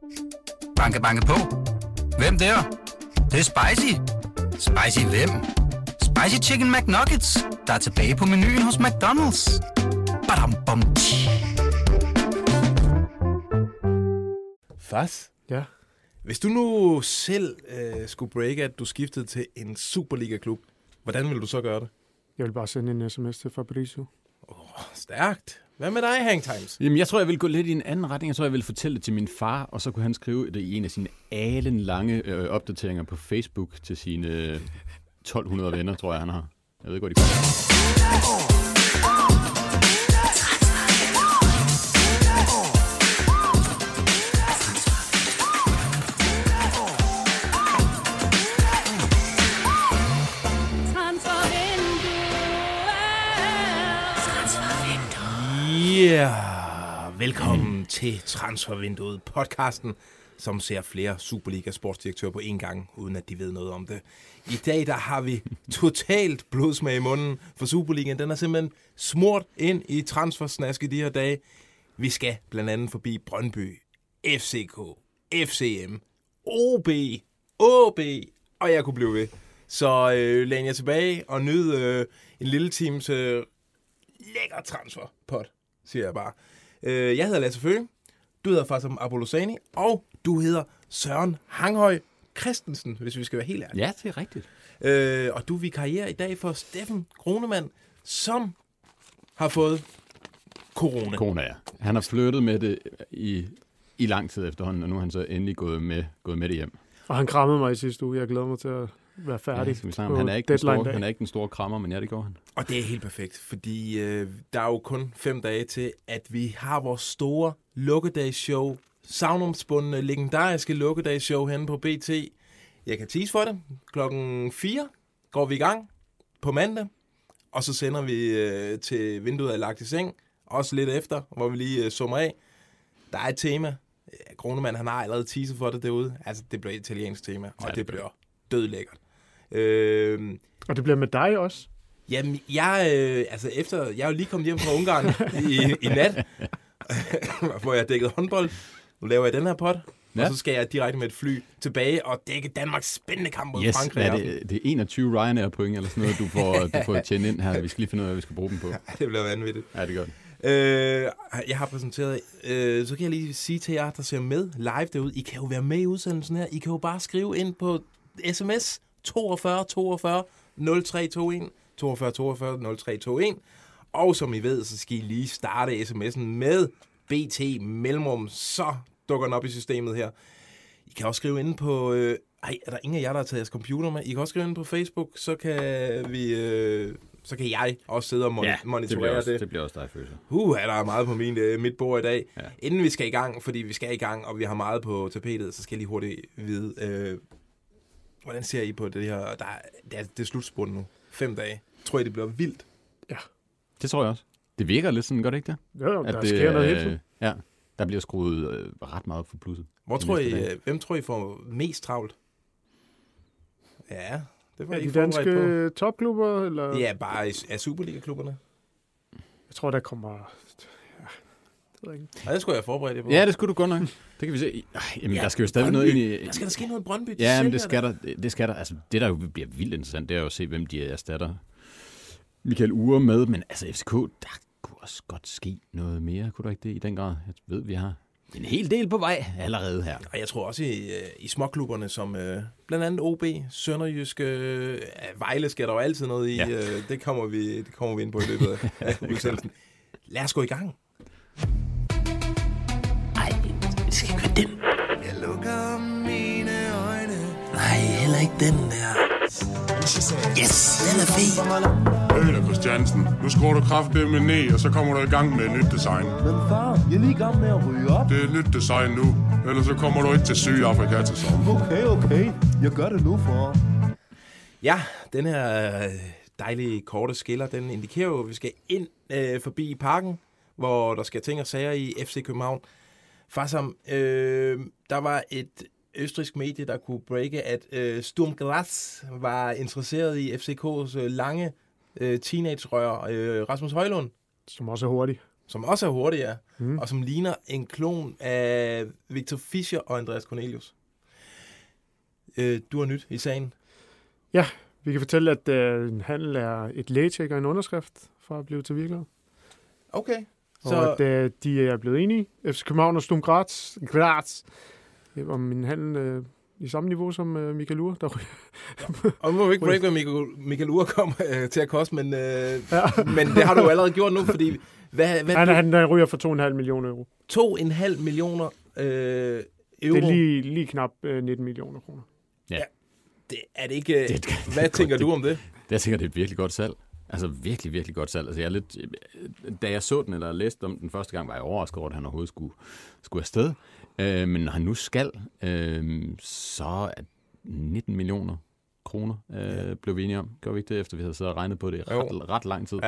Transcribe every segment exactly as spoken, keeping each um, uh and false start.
Banke, banke på. Hvem der? Det, det er spicy. Spicy hvem? Spicy Chicken McNuggets, der er tilbage på menuen hos McDonald's. Badum, bom, Fas? Ja. Hvis du nu selv øh, skulle breake, at du skiftede til en Superliga-klub, hvordan ville du så gøre det? Jeg vil bare sende en sms til Fabrizio. Åh, oh, stærkt. Hvad med dig, Hank Times? Jamen, jeg tror, jeg vil gå lidt i en anden retning. Jeg tror, jeg vil fortælle det til min far, og så kunne han skrive det i en af sine alenlange øh, opdateringer på Facebook til sine øh, tolv hundrede venner, tror jeg, han har. Jeg ved godt, de kommer. Yeah. Velkommen mm. til Transfervinduet, podcasten, som ser flere Superliga-sportsdirektører på én gang, uden at de ved noget om det. I dag der har vi totalt blodsmag i munden for Superligaen. Den er simpelthen smurt ind i transfersnask i de her dage. Vi skal blandt andet forbi Brøndby, F C K, F C M, O B, O B, og jeg kunne blive ved. Så øh, læn jer tilbage og nyd øh, en lille teams øh, lækker transferpot, siger jeg bare. Øh, jeg hedder Lasse Føge, du hedder faktisk Abolosani, og du hedder Søren Hanghøj Christensen, hvis vi skal være helt ærlige. Ja, det er rigtigt. Øh, og du vikarierer i dag for Steffen Gronemann, som har fået corona. Corona, ja. Han har flyttet med det i, i lang tid efterhånden, og nu er han så endelig gået med, gået med det hjem. Og han krammede mig i sidste uge. Jeg glæder mig til at være færdig. Ja, han, er ikke den store, han er ikke den store krammer, men ja, det går han. Og det er helt perfekt, fordi øh, der er jo kun fem dage til, at vi har vores store lukkedagsshow, savnomsbundne, legendariske lukkedagsshow henne på B T. Jeg kan tease for det. Klokken fire går vi i gang på mandag, og så sender vi øh, til vinduet er lagt i seng, også lidt efter, hvor vi lige øh, summer af. Der er et tema. Gronemann, han har allerede teaset for det derude. Altså, det bliver et italiensk tema, og ja, det, det bliver dødlækkert. Øh, og det bliver med dig også? Jamen, jeg, øh, altså efter, jeg er jo lige kommet hjem fra Ungarn i, i nat, hvor jeg dækkede håndbold. Nu laver jeg den her pot, ja. Og så skal jeg direkte med et fly tilbage og dække Danmarks spændende kamp mod yes, Frankrig. Ja, det, det er enogtyve Ryanair-point eller sådan noget, du får, du får tjent ind her. Vi skal lige finde ud af, hvad vi skal bruge dem på. Ja, det bliver vanvittigt. Ja, det er godt. Øh, jeg har præsenteret, øh, så kan jeg lige sige til jer, der ser med live derude, I kan jo være med i udsendelsen her. I kan jo bare skrive ind på sms toogfyrre toogfyrre nul tre to en, toogfyrre toogfyrre nul tre to en, og som I ved, så skal I lige starte sms'en med B T mellemrum, så dukker den op i systemet her. I kan også skrive ind på, øh, ej, er der ingen af jer, der har taget jeres computer med? I kan også skrive ind på Facebook, så kan vi, øh, så kan jeg også sidde og mon- ja, monitorere det. Bliver også, det. det bliver også dig, Følelse. Uh, er der meget på min, øh, mit bord i dag. Ja. Inden vi skal i gang, fordi vi skal i gang, og vi har meget på tapetet, så skal jeg lige hurtigt vide, øh, hvordan ser I på det her? Der er, det, er, det er slutspurt nu. Fem dage. Tror I, det bliver vildt? Ja. Det tror jeg også. Det virker lidt sådan, gør det ikke det? Ja, der at det, sker noget helt øh, ja, der bliver skruet øh, ret meget for plusset. Hvor tror I, øh, hvem tror I får mest travlt? Ja, det var ja, I de danske topklubber? Eller? Ja, bare af Superliga-klubberne. Jeg tror, der kommer... Ja, det ved jeg ikke. Ja, det skulle jeg forberede på. Ja, det skulle du godt nok. Det kan vi se. Ej, jamen, ja, der skal jo stadig noget ind i... Der skal der ske noget i Brøndby. De ja, men det skal der. Det skal der. Altså, det, der jo bliver vildt interessant, det er jo at se, hvem de erstatter Michael Uhre med. Men altså, F C K, der kunne også godt ske noget mere. Kunne du ikke det i den grad? Jeg ved, vi har en hel del på vej allerede her. Og jeg tror også i, i småklubberne, som øh, blandt andet O B, Sønderjysk, øh, Vejle skal der jo altid noget i. Ja. Øh, det, kommer vi, det kommer vi ind på i løbet af udsendelsen. Lad os gå i gang. Ej, vi skal ikke have den. Jeg lukker mine øjne. Nej, heller ikke den der. Yes, den er fed. Øl Christiansen, nu skruer du kraftedeme ned, og så kommer du i gang med et nyt design. Men far, jeg er lige i gang med at ryge op. Det er et nyt design nu, ellers så kommer du ikke til Sydafrika til sommer. Okay, okay. Jeg gør det nu, for. Ja, den her dejlige korte skiller, den indikerer jo, at vi skal ind øh, forbi parken, hvor der skal ting og sager i F C København. Farsam, øh, der var et østrigsk medie, der kunne breake, at øh, Sturm Graz var interesseret i F C K's øh, lange øh, teenage-rør, øh, Rasmus Højlund. Som også er hurtig. som også er hurtigere, Mm. mm. og som ligner en klon af Victor Fischer og Andreas Cornelius. Øh, du er nyt i sagen. Vi kan fortælle, at øh, en handel er et lægetjek og en underskrift for at blive til virkelighed. Okay. Så... Så, Og at øh, de er blevet enige. F C København og Sturm Graz, Graz øh, om en handel øh, i samme niveau som øh, Michael Ure. Der ryger. og nu må vi ikke break, hvad Michael, Michael Ure kommer øh, til at koste, men, øh, ja. men det har du jo allerede gjort nu, fordi... Hvad, hvad, Han, han, han ryger for to komma fem millioner euro. to komma fem millioner øh, euro. Det er lige, lige knap øh, nitten millioner kroner. Det, er det ikke... Det er et- hvad det er tænker godt, du om det? Det jeg tænker, det er et virkelig godt salg. Altså virkelig, virkelig godt salg. Altså, jeg er lidt, da jeg så den, eller læste om den første gang, var jeg overrasket over, at han overhovedet skulle, skulle afsted. Øh, men når han nu skal, øh, så er nitten millioner kroner, øh, ja. blev vi enige om. Gør vi ikke det, efter vi havde så regnet på det ret, ret lang tid? Ja.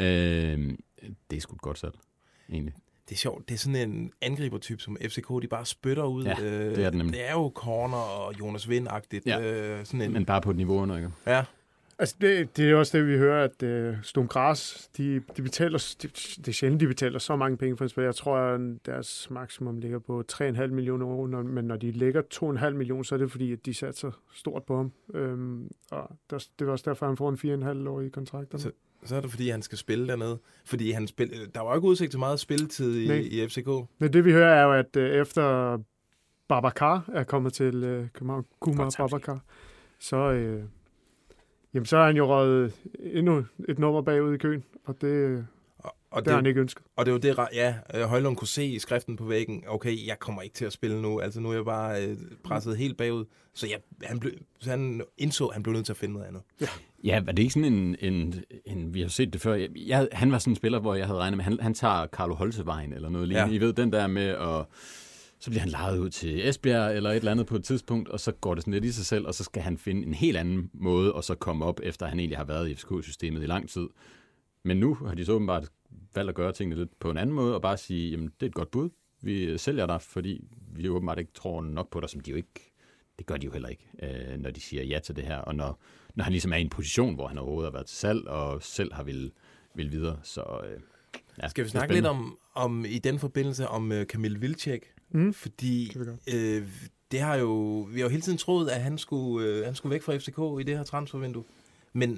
Øh, det er sgu et godt salg, egentlig. Det er sjovt. Det er sådan en angribertype, som F C K, de bare spytter ud. Ja, det er det nemlig. Det er jo Corner og Jonas Vind-agtigt. Ja. Øh, sådan en, Men bare på et niveau under, ikke? ja. Altså, det, det er også det, vi hører, at øh, Sturm Graz, de, de betaler, de, det er sjældent, de betaler så mange penge for en spiller. Jeg tror, at deres maksimum ligger på tre komma fem millioner euro, når, men når de lægger to komma fem millioner, så er det fordi, at de satser stort på ham. Øhm, og der, det er også derfor, han får en fire komma fem år i kontrakten. Så- Så er det, fordi han skal spille dernede. Fordi han spil, der var jo ikke udsigt til meget spilletid i, i F C K. Men det, vi hører, er jo, at øh, efter Babacar er kommet til øh, København, Kumar Godt, tak. Babacar, så, øh, jamen, så er han jo røget endnu et nummer bagud i køen, og det, Og, og, det har han det, ikke ønsket. og det var det, ra- ja, øh, Højlund kunne se i skriften på væggen, okay, jeg kommer ikke til at spille nu. Altså, nu er jeg bare øh, presset helt bagud. Så, jeg, han, blev, så han indså, at han blev nødt til at finde noget andet. Ja, var det ikke sådan en, en, en vi har set det før, jeg, jeg, han var sådan en spiller, hvor jeg havde regnet med, han, han tager Carlo Holsevejen eller noget lignende. Ja. I ved, den der med, at så bliver han lejet ud til Esbjerg eller et eller andet på et tidspunkt, og så går det sådan lidt i sig selv, og så skal han finde en helt anden måde, og så komme op, efter han egentlig har været i F C K-systemet i lang tid. Men nu har de så åbenbart valgt at gøre tingene lidt på en anden måde, og bare sige, jamen, det er et godt bud. Vi sælger dig, fordi vi åbenbart ikke tror nok på dig, som de jo ikke, det gør de jo heller ikke, øh, når de siger ja til det her, og når, når han ligesom er i en position, hvor han overhovedet har været til salg, og selv har vil, vil videre, så øh, ja, Skal vi det er snakke lidt spændende. om, om, i den forbindelse, om uh, Kamil Vilcek? Mm. Fordi Kan vi godt. øh, det har jo, vi har jo hele tiden troet, at han skulle, øh, han skulle væk fra F C K i det her transfervindue. Men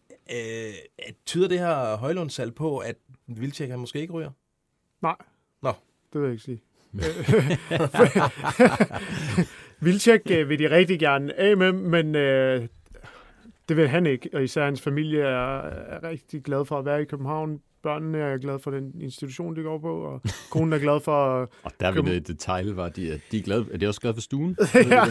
øh, tyder det her Højlundssalg på, at Vilcek han måske ikke ryger? Nej. Nå. Det vil jeg ikke sige. Vilcek øh, vil de rigtig gerne af med, men øh, det vil han ikke. Og især hans familie er, er rigtig glad for at være i København. Børnene er glade for den institution, de går på, og konen er glad for... Og der er vi Kom- nede i detalj, var de, at de er, glade, er de også glade for stuen? ja,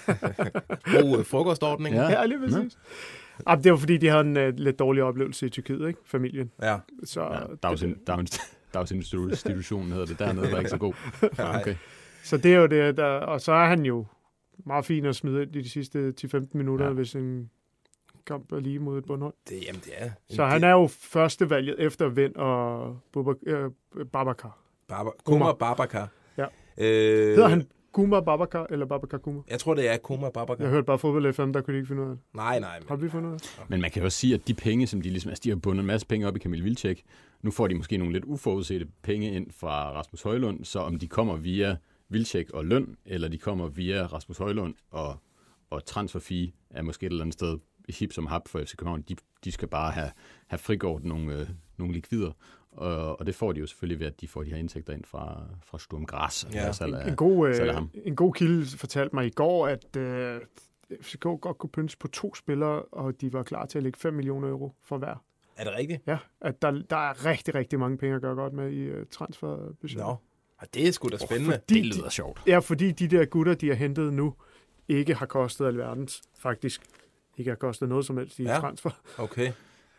God øh, frokostordning. Ja. ja, lige præcis. Ja, det var fordi, de havde en uh, lidt dårlig oplevelse i Tyrkiet, ikke? Familien. Ja. Så, Ja, det, dagsin- dags- Dagsinstitutionen hedder det dernede, var ikke så god. Nej. Okay. så det er jo det, der... Og så er han jo meget fin at smide ind i de sidste ti til femten minutter, Ja. ja. hvis en kamp er lige mod et bundhold. Det, jamen, det er... Så det, han er jo førstevalget efter Vind og Bubak- øh, Babacar. Barba, Kumar Babacar. Ja. Øh, Hedder han Kumar Babacar eller Babacar Kumar? Jeg tror, det er Kumar Babacar. Jeg hørte bare fodbold F M, der kunne de ikke finde ud af det. Nej, nej. Men, Har vi fundet ud af det? Men man kan jo også sige, at de penge, som de ligesom, altså de har bundet en masse penge op i Kamil Vilcek, nu får de måske nogle lidt uforudsete penge ind fra Rasmus Højlund, så om de kommer via Vilcek og løn, eller de kommer via Rasmus Højlund og, og transferfee, er måske et eller andet sted hip som hap for F C København. De, de skal bare have, have frigjort nogle, øh, nogle likvider, og, og det får de jo selvfølgelig ved, at de får de her indtægter ind fra, fra Sturm Graz. Ja. Altså, En, en, god, salg af øh, ham. en god kilde fortalte mig i går, at øh, F C K godt kunne pynse på to spillere, og de var klar til at lægge fem millioner euro for hver. er det rigtigt? Ja, at der, der er rigtig, rigtig mange penge at gøre godt med i uh, transferbudgettet. Nå. Og det er sgu da spændende. fordi Det lyder sjovt. Ja, fordi de der gutter, de har hentet nu, ikke har kostet alverdens, faktisk. Ikke har kostet noget som helst i Ja. ja. transfer. Okay.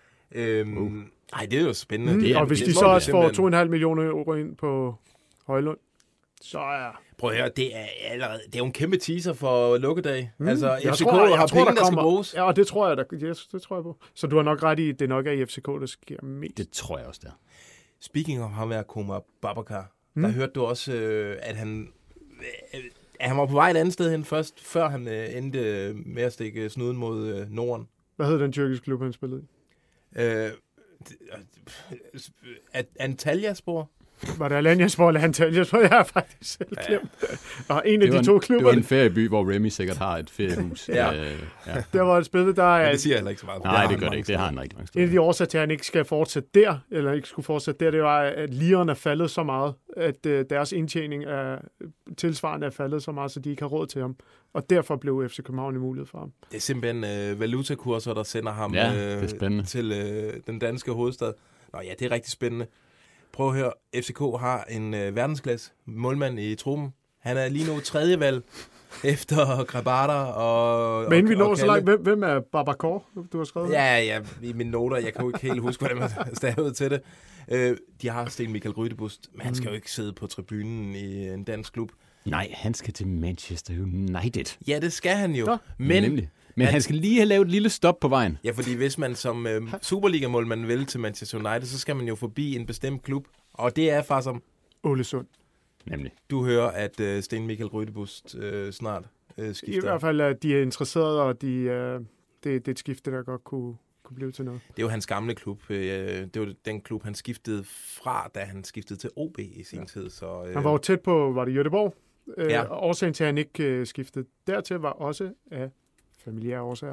Øhm, Uh. Ej, det er jo spændende. Mm, Det er, og hvis det de er så smukt, også får simpelthen. to komma fem millioner euro ind på Højlund, så er... Prøv at høre, det er, allerede, det er jo en kæmpe teaser for lukkedag. Mm. Altså, Jeg F C K tror- jeg har tror, penge, der der skal kommer- bruges. Ja, og det tror jeg, der, yes, det tror jeg på. Så du har nok ret i, at det nok er i F C K, der sker mest. Det tror jeg også, der. Speaking of ham her, Kumar Babacar, Mm. der hørte du også, øh, at han, øh, at han var på vej et andet sted hen først, før han øh, endte med at stikke snuden mod øh, Norden. Hvad hed den tyrkiske klub, han spillede i? Øh, at Antalya spor. Var det Alanya-spor eller Antalya-spor? Jeg har faktisk selv glemt. Ja. Og en af de en, to klubber... Det var en ferieby, hvor Remy sikkert har et feriehus. ja. Øh, ja. Der var et spil, der er... Men det siger heller ikke så meget. Nej, det, det gør det ikke. Det har han rigtig mange steder. En af de årsager til, at han ikke skal fortsætte der, eller ikke skulle fortsætte der, det var, at Lyon er faldet så meget, at øh, deres indtjening er tilsvarende er faldet så meget, så de ikke har råd til ham. Og derfor blev F C København i mulighed for ham. Det er simpelthen øh, valutakurser, der sender ham ja, øh, til øh, den danske hovedstad. Nå ja, det er rigtig spændende. Prøv at høre, F C K har en øh, verdensklasse målmand i truppen. Han er lige nu tredje valg efter Grabata og... Men inden vi og, når og så langt, hvem, hvem er Babacar, du har skrevet? Ja, ja, i mine noter. Jeg kan jo ikke helt huske, hvordan man stavede til det. Øh, de har Sten Michael Grydebust, men han skal jo ikke sidde på tribunen i en dansk klub. Nej, han skal til Manchester United. Ja, det skal han jo. Ja. Men, Nemlig. men han, han skal lige have lavet et lille stop på vejen. Ja, fordi hvis man som øh, Superliga-målmand vil til Manchester United, så skal man jo forbi en bestemt klub. Og det er faktisk som... Ålesund. Nemlig. Du hører, at øh, Sten Michael Grydebust øh, snart øh, skifter. I hvert fald, at de er interesserede, og de, øh, det, det er et skifte, der godt kunne, kunne blive til noget. Det er jo hans gamle klub. Øh, det var den klub, han skiftede fra, da han skiftede til O B i sin ja. tid. Så, øh... Han var jo tæt på, var det Göteborg? Øh, ja. Og årsagen til, at han ikke øh, skiftede dertil, var også af familiære årsager.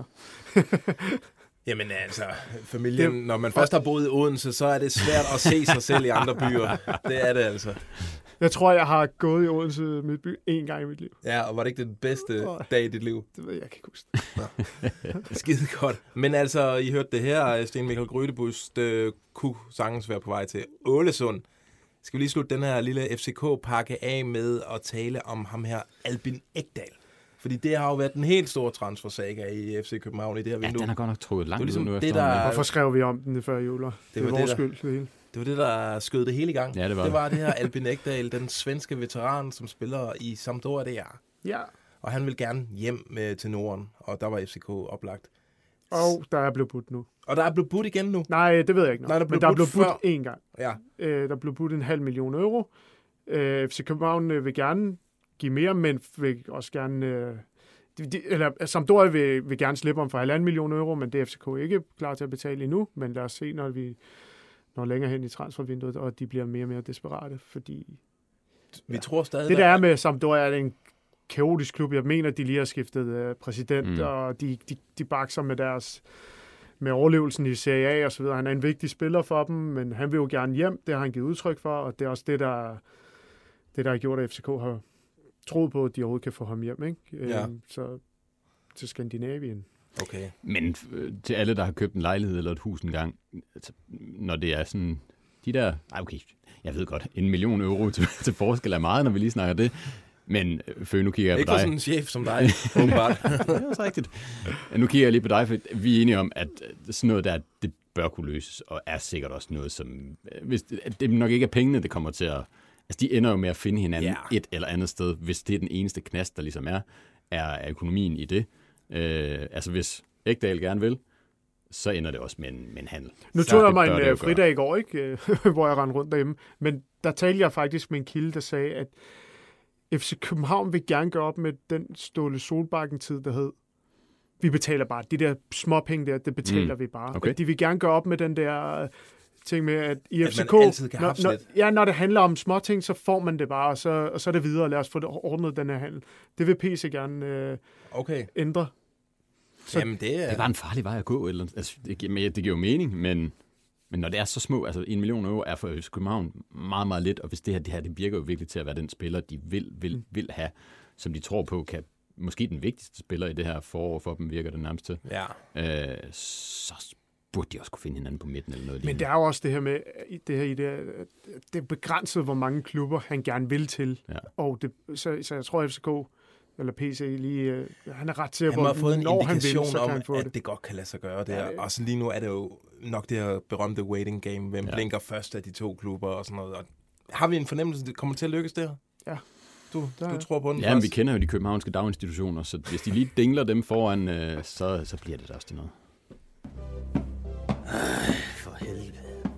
Jamen altså, familien, det, når man først har boet i Odense, så er det svært at se sig selv i andre byer. Det er det altså. Jeg tror, jeg har gået i Odense Midtby én gang i mit liv. Ja, og var det ikke den bedste oh, dag i dit liv? Det ved jeg, jeg kan ikke huske det. Skide godt. Men altså, I hørte det her, Sten Michael Grydebust øh, kunne sagtens være på vej til Ålesund. Skal vi lige slutte den her lille F C K-pakke af med at tale om ham her, Albin Ekdal. Fordi det har jo været en helt stor transfersaga i F C København i det her vindue. Ja, den har godt nok trukket langt ligesom ud nu det, efter. der... Hvorfor skrev vi om den før juler? Det, det var vores det, der... skyld. Det hele. Det var det, der skød det hele i gang. Ja, det var det. var det her Albin Ekdal, den svenske veteran, som spiller i Sampdoria. Ja. Og han vil gerne hjem med til Norden, og der var F C K oplagt. Og der er blevet budt nu. Og der er blevet budt igen nu? Nej, det ved jeg ikke. Nej, der men der er blevet budt én gang. Ja. Øh, der er blevet budt en halv million euro. Øh, F C København vil gerne give mere, men vil også gerne... Øh, de, de, eller Sampdoria vil, vil gerne slippe om for halvanden million euro, men det er F C K ikke klar til at betale endnu. Men lad os se, når vi når længere hen i transfervinduet, og de bliver mere og mere desperate, fordi... Vi ja, tror stadig... Det der er med Sampdoria, er det en kaotisk klub. Jeg mener, de lige har skiftet øh, præsident, mm. og de, de, de bakser med deres... med overlevelsen i Serie A og så videre. Han er en vigtig spiller for dem, men han vil jo gerne hjem. Det har han givet udtryk for, og det er også det, der, det, der har gjort, at F C K har troet på, at de overhovedet kan få ham hjem. Ikke? Ja. Øhm, så til Skandinavien. Okay. Men øh, til alle, der har købt en lejlighed eller et hus en gang, altså, når det er sådan... De der... Ej, okay, jeg ved godt, en million euro til, til forskel er meget, når vi lige snakker det. Men Fø, nu kigger jeg ikke på dig. Ikke for sådan en chef som dig, åbenbart. Det er også rigtigt. Nu kigger jeg lige på dig, for vi er enige om, at sådan noget der, det bør kunne løses, og er sikkert også noget, som... Hvis det nok ikke er pengene, det kommer til at... Altså, de ender jo med at finde hinanden yeah. et eller andet sted, hvis det er den eneste knast, der ligesom er, er, er økonomien i det. Øh, altså, hvis Ekdal gerne vil, så ender det også med en, med en handel. Nu tog jeg mig en fridag i går, ikke? Hvor jeg rendte rundt derhjemme, men der talte jeg faktisk med en kilde, der sagde, at F C København vil gerne gøre op med den Ståle Solbakken-tid, der hed, vi betaler bare. De der småpenge der, det betaler mm. vi bare. Okay. De vil gerne gøre op med den der ting med, at i F C K, når, når, ja, når det handler om småting, så får man det bare, og så, og så er det videre. Lad os få det ordnet, den her handel. Det vil P C gerne øh, okay. ændre. Så Jamen, det, er... det var en farlig vej at gå. Eller, altså, det, giver, det giver jo mening, men, men når det er så små, altså en million euro er for F C København meget, meget lidt, og hvis det her, det her det virker jo virkelig til at være den spiller, de vil, vil, vil have, som de tror på, kan måske den vigtigste spiller i det her forår for dem, virker det nærmest til. Ja. Øh, så burde de også kunne finde hinanden på midten eller noget. Men det er jo også det her med, det her i det, det er begrænset, hvor mange klubber han gerne vil til. Ja. Og det, så, så jeg tror, at F C K eller P C lige, øh, han er ret til at, han har fået en indikation han vil, om, at det. det godt kan lade sig gøre det her. Ja, og så lige nu er det jo nok det her berømte waiting game, hvem ja. blinker først af de to klubber og sådan noget. Og har vi en fornemmelse, det kommer til at lykkes der? Ja. Du, du tror på den? Ja, men vi kender jo de københavnske daginstitutioner, så hvis de lige dingler dem foran, øh, så, så bliver det også til noget. Ej, for helvede.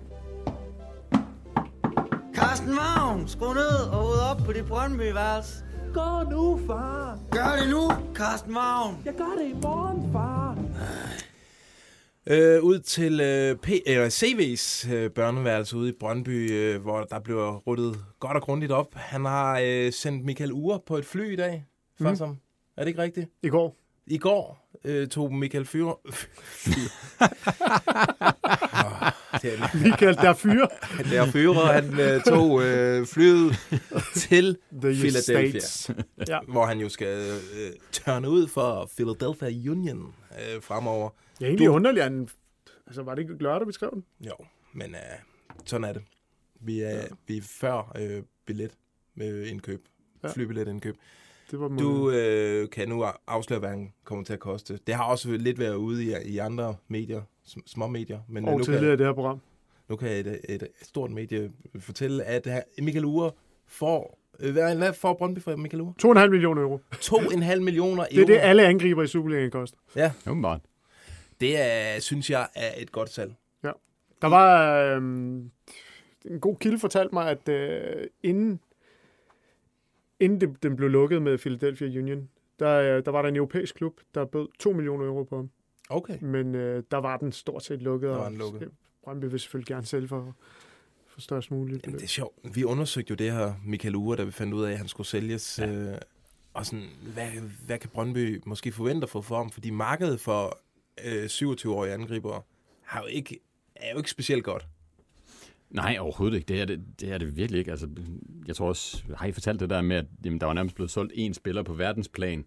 Carsten Vagn, skru ned og ud op på det Brøndby-værelse. Gå nu, far. Gør det nu, Carsten Vagn. Jeg gør det i morgen, far. Øh, ud til øh, P- øh, C V's øh, børneværelse ude i Brøndby, øh, hvor der bliver ryddet godt og grundigt op. Han har øh, sendt Michael Uhre på et fly i dag. Mm. Som, er det ikke rigtigt? I går. I går øh, tog Michael Fyre... oh, Michael, der fyre. Der Fyre, han øh, tog øh, flyet til The Philadelphia, ja. hvor han jo skal øh, tørne ud for Philadelphia Union øh, fremover. Ja, egentlig Du... underligt. Han... Altså, var det ikke lørdag, vi skrev den? Jo, men øh, sådan er det. Vi er, ja. vi er før øh, billet med indkøb. Ja. Flybillet indkøb. Det var du øh, kan nu afsløre, hvad han kommer til at koste. Det har også lidt været ude i, i andre medier, små medier. Men og nu tidligere kan, det her program. Nu kan et, et, et stort medie fortælle, at Michael Uhre får... Hvad, hvad får Brøndby for Michael Uhre? to komma fem millioner euro. to komma fem millioner euro. Det er det, alle angriber i Superligaen koster. Ja. Åbenbart. Det er, synes jeg, er et godt salg. Ja. Der var... Øh, en god kilde fortalte mig, at øh, inden... Inden det, den blev lukket med Philadelphia Union, der, der var der en europæisk klub, der bød to millioner euro på ham. Okay. Men øh, der var den stort set lukket. Der var den lukket. Brøndby vil selvfølgelig gerne sælge for, for størst muligt. Jamen, det er sjovt. Vi undersøgte jo det her, Michael Uhre, da vi fandt ud af, at han skulle sælges. Ja. Øh, og sådan, hvad, hvad kan Brøndby måske forvente at få for ham? Fordi markedet for øh, syvogtyve-årige angribere har jo ikke, er jo ikke specielt godt. Nej, overhovedet ikke. Det er det, det er det virkelig ikke. Altså, jeg tror også, har I fortalt det der med, at jamen, der var nærmest blevet solgt én spiller på verdensplan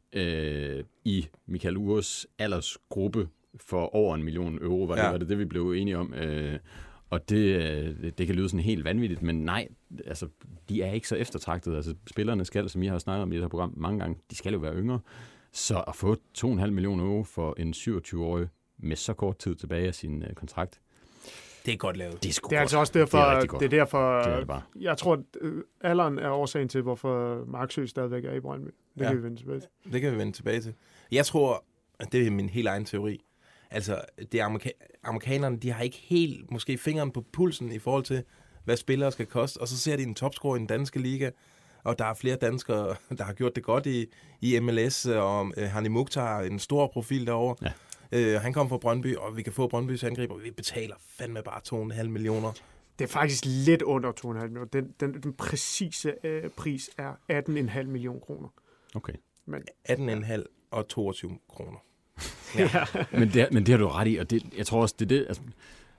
øh, i Michael Uhres aldersgruppe for over en million euro, var det, ja. var det det, vi blev enige om. Øh, og det, det, det kan lyde sådan helt vanvittigt, men nej, altså, de er ikke så eftertragtede. Altså, spillerne skal, som I har snakket om i det her program mange gange, de skal jo være yngre. Så at få to komma fem millioner euro for en syvogtyve-årig med så kort tid tilbage af sin øh, kontrakt, det er godt lavet. Det er, sgu det er godt. altså også derfor, det er, det er derfor, det er det bare. Jeg tror, at alderen er årsagen til, hvorfor Marksø stadigvæk er i Brøndby. Det ja. kan vi vende tilbage til. Det kan vi vende tilbage til. Jeg tror, at det er min helt egen teori. Altså, det amerika- amerikanerne, de har ikke helt måske fingeren på pulsen i forhold til, hvad spillere skal koste, og så ser de en topscorer i den danske liga, og der er flere danskere, der har gjort det godt i, i M L S, og øh, Hani Mukhtar, en stor profil derovre. Ja. Øh, han kom fra Brøndby, og vi kan få Brøndbys angriber. Vi betaler fandme bare to komma fem millioner. Det er faktisk lidt under to komma fem millioner. Den, den, den præcise øh, pris er atten komma fem millioner kroner. Okay. Men, atten komma fem og toogtyve kroner. Ja. men, det, men det har du ret i, og det, jeg tror også, det er det... Altså,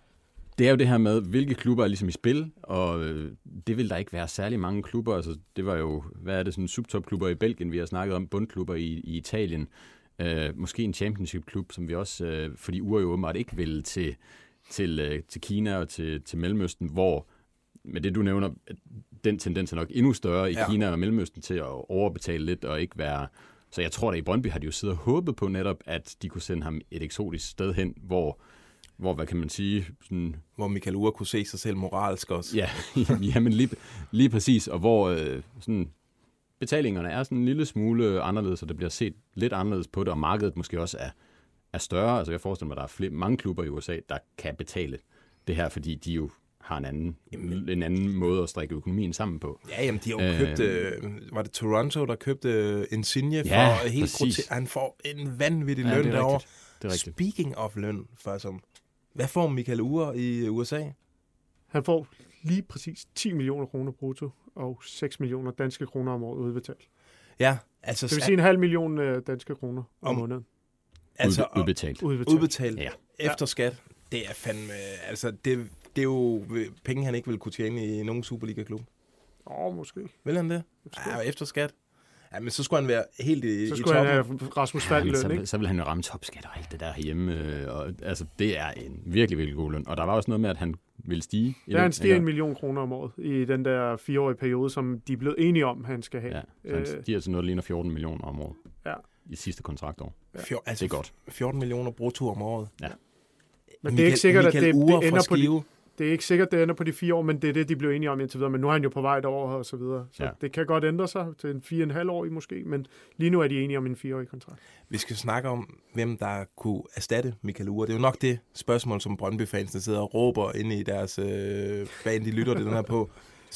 det er jo det her med, hvilke klubber er ligesom i spil, og øh, det vil der ikke være særlig mange klubber. Altså, det var jo, hvad er det, sådan subtopklubber i Belgien, vi har snakket om, bundklubber i, i Italien. Øh, måske en championship-klub, som vi også, øh, fordi Uhre jo åbenbart ikke vil til, til, øh, til Kina og til, til Mellemøsten, hvor, med det du nævner, den tendens er nok endnu større i ja. Kina og Mellemøsten til at overbetale lidt og ikke være... Så jeg tror, at i Brøndby har de jo siddet og håbet på netop, at de kunne sende ham et eksotisk sted hen, hvor, hvor hvad kan man sige... Sådan, hvor Michael Uhre kunne se sig selv moralsk også. Ja, jamen lige, lige præcis, og hvor øh, sådan... betalingerne er sådan en lille smule anderledes, og det bliver set lidt anderledes på det, og markedet måske også er, er større. Altså jeg forestiller mig, at der er flere, mange klubber i U S A, der kan betale det her, fordi de jo har en anden, jamen, en anden måde at strikke økonomien sammen på. Ja, jamen de har jo købt, øh, var det Toronto, der købte Insigne for ja, helt prote- han får en vanvittig ja, løn derovre. Det er rigtigt. Speaking of løn, for som, hvad får Michael Uhre i U S A? Han får lige præcis ti millioner kroner brutto og seks millioner danske kroner om året udbetalt. Ja, altså... Det vil sige en halv million danske kroner om, om måneden. Altså, udbetalt. Udbetalt. Udbetalt. Ja. Efter skat. Det er fandme... Altså, det, det er jo penge, han ikke vil kunne tjene i nogen Superliga-klub. Åh, oh, måske. Vil han det? Ja, efter skat. Ja, men så skulle han være helt i, så i skulle toppen. han have Rasmus Falk ja, løn, ikke? Så, så vil han jo ramme topskat og alt det der hjemme. Og, altså, det er en virkelig, virkelig god løn. Og der var også noget med, at han ville stige. Ja, han stiger en million kroner om året i den der fireårige periode, som de er blevet enige om, han skal have. Ja, så han øh, stiger til noget, der ligner fjorten millioner om året. Ja. I sidste kontraktår. Ja. Fjor, altså det er godt. fjorten millioner brutto om året. Ja. Men Michael, det er ikke sikkert, Michael at det, det ender på de, det er ikke sikkert, det ender på de fire år, men det er det, de blev enige om indtil videre. Men nu er han jo på vej derover og så videre. Så ja. Det kan godt ændre sig til en fire og en halv år i måske, men lige nu er de enige om en fireårig kontrakt. Vi skal snakke om, hvem der kunne erstatte Michael Uhre. Det er jo nok det spørgsmål, som Brøndby-fansene sidder og råber inde i deres øh, bane, de lytter det den her på.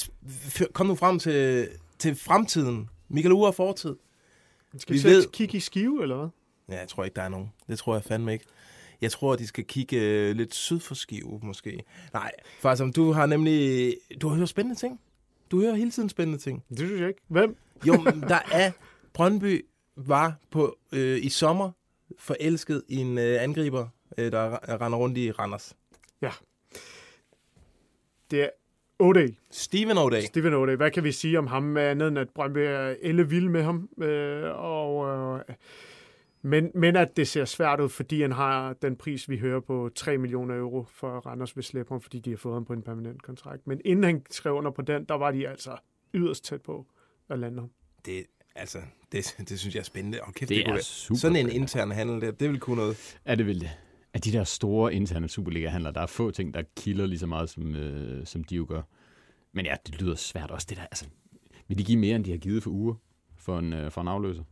Kom nu frem til, til fremtiden. Michael Uhre er fortid. Skal vi, vi ved... kigge i skive, eller hvad? Ja, jeg tror ikke, der er nogen. Det tror jeg fandme ikke. Jeg tror, de skal kigge øh, lidt syd for Skive, måske. Nej, faktisk, du har nemlig... Du har hørt spændende ting. Du hører hele tiden spændende ting. Det synes jeg ikke. Hvem? Jo, der er... Brøndby var på øh, i sommer forelsket i en øh, angriber, øh, der render rundt i Randers. Ja. Det er O'Day. Steven O'Day. Steven O'Day. Hvad kan vi sige om ham, andet end at Brøndby er ellevild med ham? Øh, og, øh, men, men at det ser svært ud, fordi han har den pris, vi hører på tre millioner euro for Randers vil slippe ham, fordi de har fået ham på en permanent kontrakt. Men inden han skrev under på den, der var de altså yderst tæt på at lande ham. Det, altså, det, det synes jeg er spændende. Og kæft, Det det er kunne, super sådan en spændende. intern handel, det, det vil kunne noget. Er det vel det? Af de der store interne Superliga-handler, der er få ting, der kilder lige så meget, som, øh, som de jo gør. Men ja, det lyder svært også. Det der, altså, vil de give mere, end de har givet for uger for en, øh, for en afløser?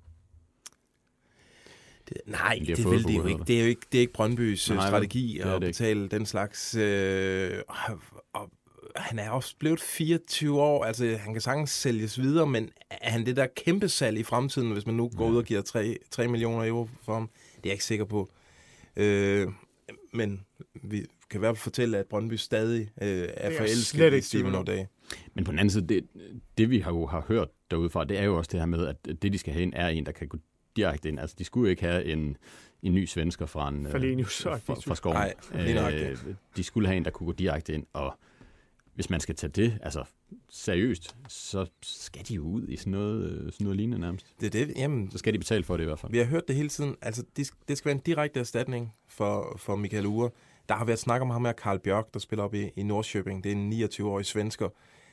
Det, nej, De har det fået vil for det jo uger, ikke. Det er jo ikke, det er ikke Brøndbys Nej, strategi det er at det ikke. betale den slags... Øh, og, han er også blevet fireogtyve år, altså han kan sagtens sælges videre, men er han det der kæmpe salg i fremtiden, hvis man nu går ud og giver tre millioner euro for ham? Det er jeg ikke sikker på. Øh, men vi kan i hvert fald fortælle, at Brøndby stadig øh, er slet forelsket ikke i Steven tvivl om. O'Day. Men på den anden side, det, det vi har jo har hørt derudefra, det er jo også det her med, at det, de skal have ind, er en, der kan gå direkte ind. Altså, de skulle jo ikke have en, en ny svensker fra, en, Falenius, øh, fra, fra skoven. Nej, lige nøjagtigt. øh, de skulle have en, der kunne gå direkte ind, og hvis man skal tage det altså seriøst, så skal de jo ud i sådan noget, sådan noget lignende nærmest. Det er det, jamen, Så skal de betale for det i hvert fald. vi har hørt det hele tiden. Altså, det, det skal være en direkte erstatning for, for Michael Ure. Der har været snak om ham her, Carl Bjørk, der spiller op i, i Norrköping. Det er en niogtyve-årig svensker.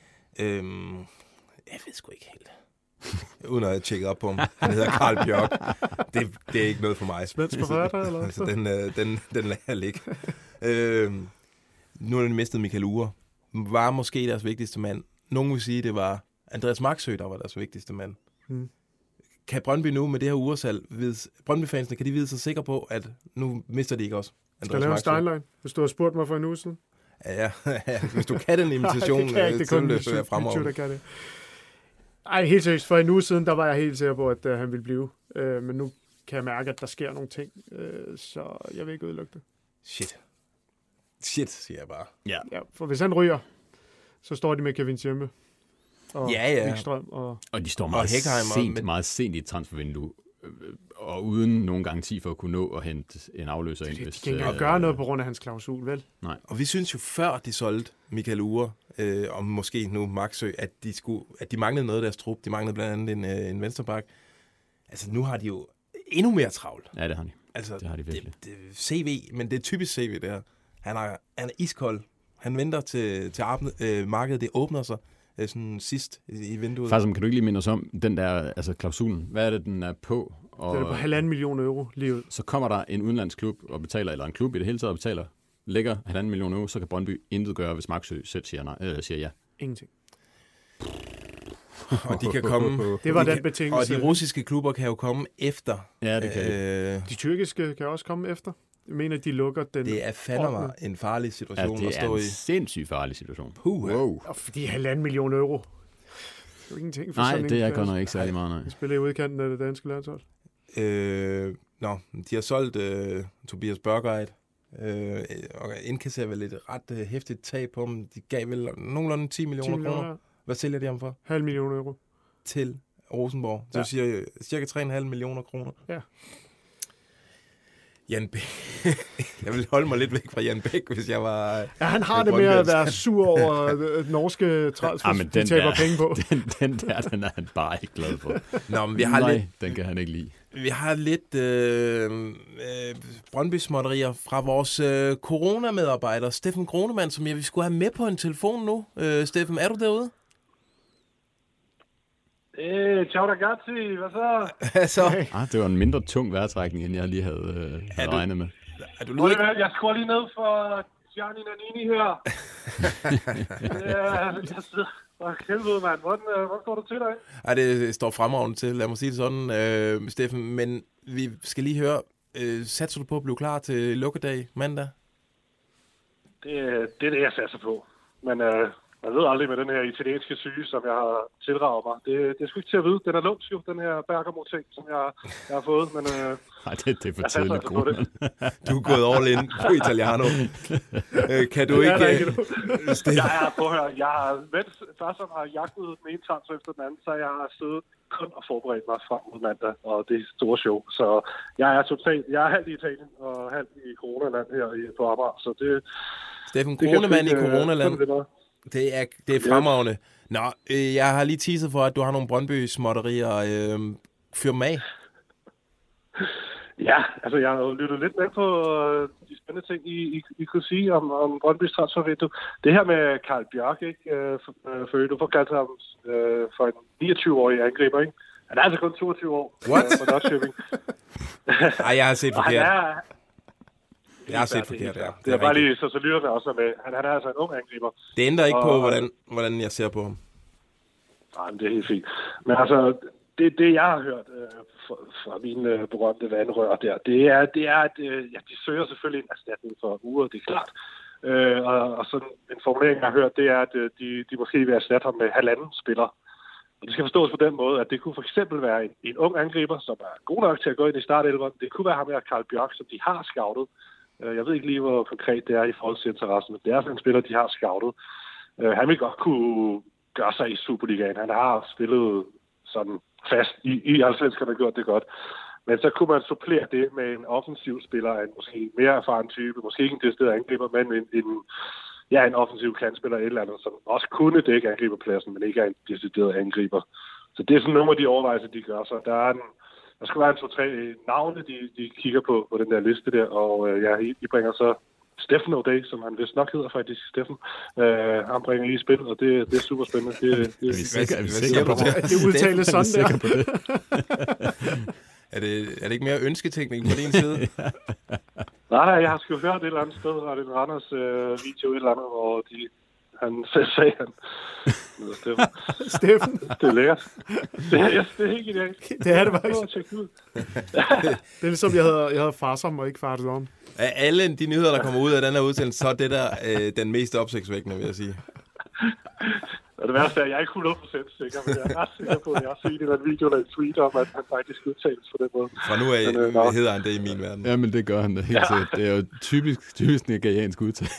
Øhm, jeg ved sgu ikke helt. Uden at have tjekket op på ham. Han hedder Carl Bjørk. Det, det er ikke noget for mig. Svensk forfatter, eller Altså, den, øh, den, den lader jeg ligge. øhm, nu har de mistet Michael Ure. Var måske deres vigtigste mand. Nogen vil sige, det var Andreas Maxø, der var deres vigtigste mand. Hmm. Kan Brøndby nu med det her uresalg, Brøndby-fansene, kan de vide sig sikre på, at nu mister de ikke også Skal jeg lave en Steinlein, hvis du har spurgt mig for en uge siden? Ja, ja, hvis du kan den invitation, Nej, det kan jeg ikke. Det så er kun vil det være fremover. der kan det. Ej, helt seriøst. For en uge siden, der var jeg helt sikker på, at uh, han ville blive. Uh, men nu kan jeg mærke, at der sker nogle ting. Uh, så jeg vil ikke udelukke det. Shit. Shit, siger jeg bare. Ja. Ja, for hvis han ryger, så står de med Kevin Tjemme. Og Ja, ja. Wikstrøm og Og de står meget Heckheimer, sent, men- meget sent i et transfervindue, øh, og uden nogen garanti for at kunne nå at hente en afløser ind. de Hvis, kan ikke engang gøre noget på grund af hans klausul, vel? Og vi synes jo før, de solgte Michael Ure, øh, og måske nu Maxø, at de, skulle, at de manglede noget af deres trup. De manglede blandt andet en, øh, en venstreback. Altså, nu har de jo endnu mere travlt. Ja, det har de. Altså, Det har de virkelig. Det, det, C V, men det er typisk C V, det her. Han er, han er iskold. Han venter til, til arbejde, øh, markedet, det åbner sig øh, sådan sidst i, i vinduet. Faktisk, kan du ikke lige minde os om den der altså klausulen? Hvad er det, den er på? Og Det er på halvanden million euro lige ud. så kommer der en udenlandsklub og betaler, eller en klub i det hele taget og betaler, lægger halvanden million euro, så kan Brøndby intet gøre, hvis Maxø selv siger, nej, øh, siger ja. Ingenting. Og de kan komme... Det var de den kan, betingelse. Og de russiske klubber kan jo komme efter. Ja, det kan de. øh, De tyrkiske kan også komme efter. Jeg mener, de lukker den. Det er fandme mig en farlig Ja, situation det at er stå en i. sindssygt farlig situation. Puh. Wow. Og fordi halvanden million euro. Det er jo ingenting for Nej, sådan en det er klasse. godt nok ikke særlig meget, nej. De spiller i udkanten af det danske landshold. Øh, nå, de har solgt øh, Tobias Børgeit, øh, og indkasserer vel et ret øh, hæftigt tab på dem. De gav vel nogenlunde ti ti millioner kroner. millioner. Hvad sælger de ham for? Halv million euro. Til Rosenborg. Så Ja. ja. siger cirka tre komma fem millioner kroner. Ja. Jan Bæk. Jeg vil holde mig lidt væk fra Jan Bæk, hvis jeg var... Ja, han har Øh, det med at Brøndby. være sur over øh, norske transfer, Ah, men de den taber der- penge på. Den, den der, den er han bare ikke glad for. Nå, men vi har nej, lidt... den kan han ikke lide. Vi har lidt øh, øh, Brøndby-småtterier fra vores øh, coronamedarbejder, Steffen Gronemann, som jeg vi skulle have med på en telefon nu. Øh, Steffen, er du derude? Eh, ciao ragazzi, hvad så? altså, Ah, det var en mindre tung vejrtrækning, end jeg lige havde, øh, havde du- regnet med. er du Ved lige du ikke... hvad, jeg skruer lige ned for Gianni Nannini her. Ja, jeg sidder... Åh, helvede, mand. Hvordan, øh, hvordan står det til dig? Ej, det står fremragende til, lad mig sige det sådan, øh, Steffen. Men vi skal lige høre, øh, satser du på at blive klar til lukkedag mandag? Det, det er det, jeg satser på. Men øh, Man ved aldrig med den her italienske syge, som jeg har tilraget mig. Det, det er sgu ikke til at vide. Den er lånt jo, den her Bergamo-ting, som jeg, jeg har fået. Men, øh, Nej, det, det er for tidligt, Kronemann. Du er gået all in på Italiano. øh, kan du ikke... Ja, ikke jeg er på her. Jeg har, mens først har jagtet den ene transfer efter den anden, så jeg har siddet kun og forberedt mig frem mod mandag og det store show. Så jeg er totalt... Jeg er halvt i Italien og halvt i coronaland her på Amager, så det... Steffen, Kronemann i coronaland. Det er, det er fremragende. Nå, øh, jeg har lige teaset for, at du har nogle Brøndby-småtterier. Øh, fyr dem af. Ja, altså jeg har jo lyttet lidt med på øh, de spændende ting, I, I, I kunne sige om, om Brøndbys transfervindue. Det her med Carl Bjørk, ikke? Øh, for, for, du får kaldt ham øh, for en niogtyve-årig angriber, ikke? Han er altså kun toogtyve år. What? Øh, Ej, jeg har set forkert. Er, jeg har set forkert, ja. Det, det er bare lige, så, så lytter der også med. Han, han er altså en ung angriber. Det ændrer ikke og, på, hvordan, hvordan jeg ser på ham. Nej, men det er helt fint. Men altså, det, det jeg har hørt øh, fra, fra mine øh, berømte vandrør der, det er, det er at øh, ja, de søger selvfølgelig en erstatning for uger, det er klart. Øh, og, og sådan en formulering, jeg har hørt, det er, at øh, de, de måske vil erstatte ham med halvanden spiller. Og det skal forstås på den måde, at det kunne for eksempel være en, en ung angriber, som er god nok til at gå ind i startelveren. Det kunne være ham her, Carl Bjørk, som de har scoutet. Jeg ved ikke lige, hvor konkret det er i forhold til interessen, men det er en spiller, de har scoutet. Han vil godt kunne gøre sig i Superligaen. Han har spillet sådan fast i, i Allsvenskan, har gjort det godt. Men så kunne man supplere det med en offensiv spiller, en måske mere erfaren type, måske ikke en decideret angriber, men en, en, ja, en offensiv kantspiller eller andet, som også kunne dække angriberpladsen, men ikke er en decideret angriber. Så det er sådan nogle af de overvejelser, de gør. Så der er en Der skal være en to-tre navne, de, de kigger på, på den der liste der, og øh, ja, I bringer så Steffen O'Day, som han vist nok hedder faktisk, Steffen. Øh, han bringer I spil, og det, det er super spændende. Det, det, er vi sikre, er vi sikre på det? Det udtales sådan der. På det? er, det, er det ikke mere ønsketeknik på din side? Nej, nej, jeg har sgu hørt et eller andet sted, og det er en Randers øh, video et eller andet, hvor de... Han sagde han. Steffen. Steffen. Det er lækkert. Det er, det er helt genialt. Det er det faktisk. Det er ligesom, jeg havde, jeg havde farsom og ikke fartet om. Af alle de nyheder, der kommer ud af den her udsendelse, så er det der øh, den mest opsigtsvækkende, vil jeg sige. Og det værste er, at jeg er ikke hundrede procent sikker, men jeg er ret sikker på, at jeg har set en video eller en tweet om, at han faktisk udtales på den måde. Fra nu af men, øh, hedder han det i min verden. Ja, men det gør han da helt sikkert. Ja. Det er jo typisk, typisk nigeriansk udtale.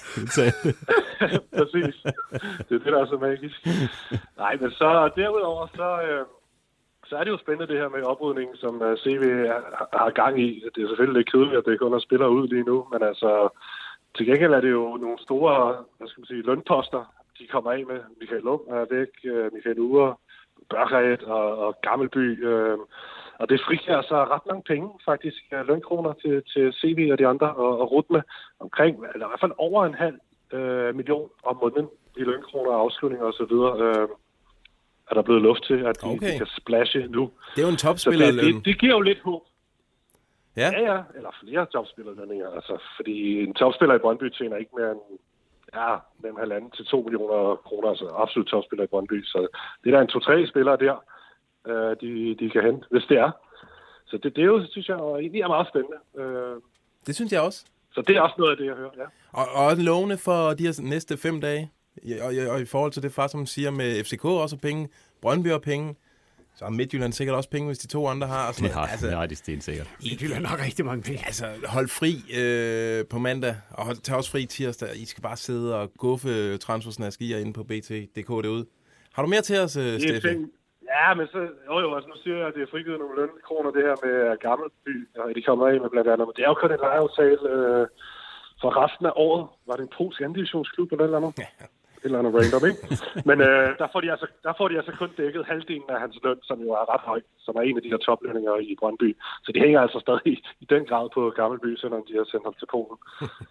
Præcis. Det er det, der er så magisk. Nej, men så derudover, så, øh, så er det jo spændende det her med oprydningen, som uh, C V har gang i. Det er selvfølgelig lidt kedeligt, at det kun er spillere ud lige nu, men altså til gengæld er det jo nogle store, hvad skal man sige, lønposter, de kommer af med. Michael Lund er væk, Michael Ure, Børgeret og, og Gammelby. Øh, og det frigiver så ret mange penge, faktisk, lønkroner til, til C V og de andre, og, og Rutme omkring, eller i hvert fald over en halv øh, million om måneden i lønkroner, afskrivninger og så videre. Øh, er der blevet luft til, at de, okay. de kan splashe nu. Det er jo en topspiller. Det, det, det giver jo lidt håb. Ja, ja, ja. Eller flere topspillerlønninger. Altså, fordi en topspiller i Brøndby tjener ikke mere end ja, mellem halvanden til to millioner kroner, altså absolut topspiller i Brøndby. Så det er der en to-tre spillere der, øh, de, de kan hente, hvis det er. Så det, det er jo, synes jeg, egentlig er meget spændende. Øh, det synes jeg også. Så det er også noget af det, jeg hører, ja. Og, og lovende for de her næste fem dage, og, og, og i forhold til det far, som siger med F C K også penge, Brøndby har penge, så har Midtjylland sikkert også penge, hvis de to andre har. Det har, altså, det har de stensikkert. Midtjylland har rigtig mange penge. Altså, hold fri øh, på mandag, og hold, tag også fri tirsdag. I skal bare sidde og guffe transfersnask i jer inde på B T punktum d k derude. Har du mere til os, øh, Steffen? Ja, men så, jo jo, altså nu siger jeg, at det er frigivet nogle lønkroner, det her med Gammelby, og de kommer af med blandt andet. Men det er jo kun en lejeaftale øh, for resten af året. Var det en polsk andivisionsklub eller et eller andet? Ja. Et eller andet random, ikke? Men øh, der, får de altså, der får de altså kun dækket halvdelen af hans løn, som jo er ret høj, som er en af de her toplønninger i Brøndby. Så de hænger altså stadig i, i den grad på Gammelby, selvom de har sendt ham til Polen.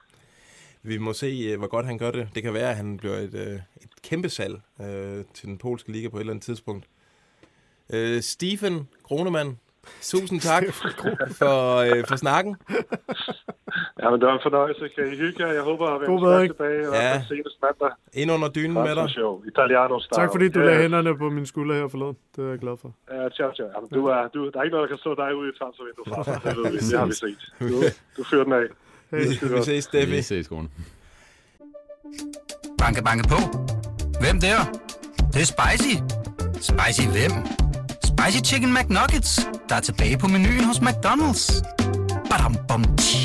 Vi må se, hvor godt han gør det. Det kan være, at han bliver et, et kæmpe salg øh, til den polske liga på et eller andet tidspunkt. Øh, Steffen Kronemann, tusind tak for, øh, for snakken. Ja, men det var en fornøjelse. Kan I hygge jer? Jeg håber at være tilbage og ja. senest mandag. Ind under dynen med dig. Italiano style. Tak fordi du ja. lagde hænderne på mine skuldre her forleden. Det er jeg glad for. Ja, ciao, ciao. Jamen, du er, du, der er ikke noget, der kan slå dig ud i transfervinduet fra. Det, ved vi. Det har vi set. Du, du fører den af. Hey, vi ses, Steffi. Vi ses, Krone. Banke, banke på. Hvem der? Det, det er spicy. Spicy hvem? Spicy Chicken McNuggets, der er tilbage på menuen hos McDonald's. Badum, bom,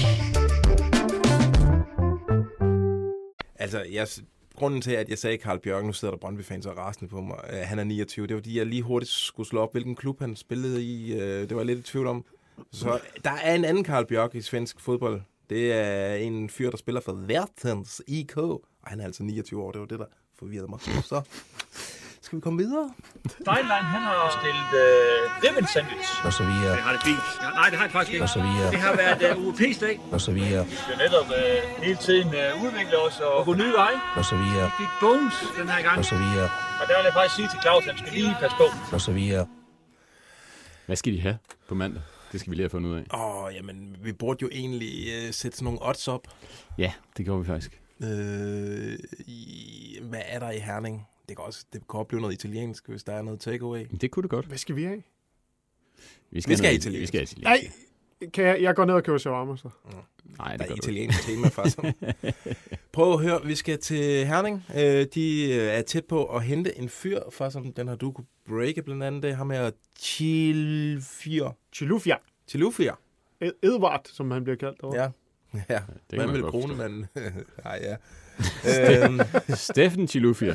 Altså, jeg, grunden til, at jeg sagde Carl Bjørk, nu sidder der Brøndby-fans og rasende på mig, uh, han er niogtyve, det var fordi, jeg lige hurtigt skulle slå op, hvilken klub han spillede i. Uh, det var jeg lidt i tvivl om. Så der er en anden Carl Bjørk i svensk fodbold. Det er en fyr, der spiller for Værtens I K. Og han er altså niogtyve år, det var det, der forvirrede mig. Så skal vi komme videre? Steinlein, han har stillet uh, ribbon sandwich. Og så videre. Det har det fint. Ja, nej, det har det faktisk ikke. Og så videre. Det har været uh, U E P's dag. Og så videre. Vi skal netop uh, hele tiden uh, udvikle os og gå nye veje. Og så videre. Vi fik bones den her gang. Og så videre. Og der vil jeg faktisk sige til Claus, at han skal lige passe på. Og så videre. Hvad skal de have på mandag? Det skal vi lige have fundet ud af. Åh, oh, jamen, vi burde jo egentlig uh, sætte sådan nogle odds op. Ja, det gjorde vi faktisk. Uh, i, hvad er der i Herning? Det kan også det kan også blive noget italiensk, hvis der er noget takeaway. Det kunne det godt. Hvad skal vi have? Vi skal, vi skal have italiensk. Vi skal have italiensk. Nej, kan jeg, jeg går ned og køber shawarma så. Mm. Nej, det der er gør italiensk tema faktisk. Prøv at høre, vi skal til Herning. Uh, de er tæt på at hente en fyr, for som den har du kunne breake blandt andet. Det har med Chilufya. Chilufya. Chilufya. Ed- Edvard, som han bliver kaldt over. Ja. Ja, det hvad man vil godt kronemanden? Nej, ja. Steffen, Steffen Chilufya.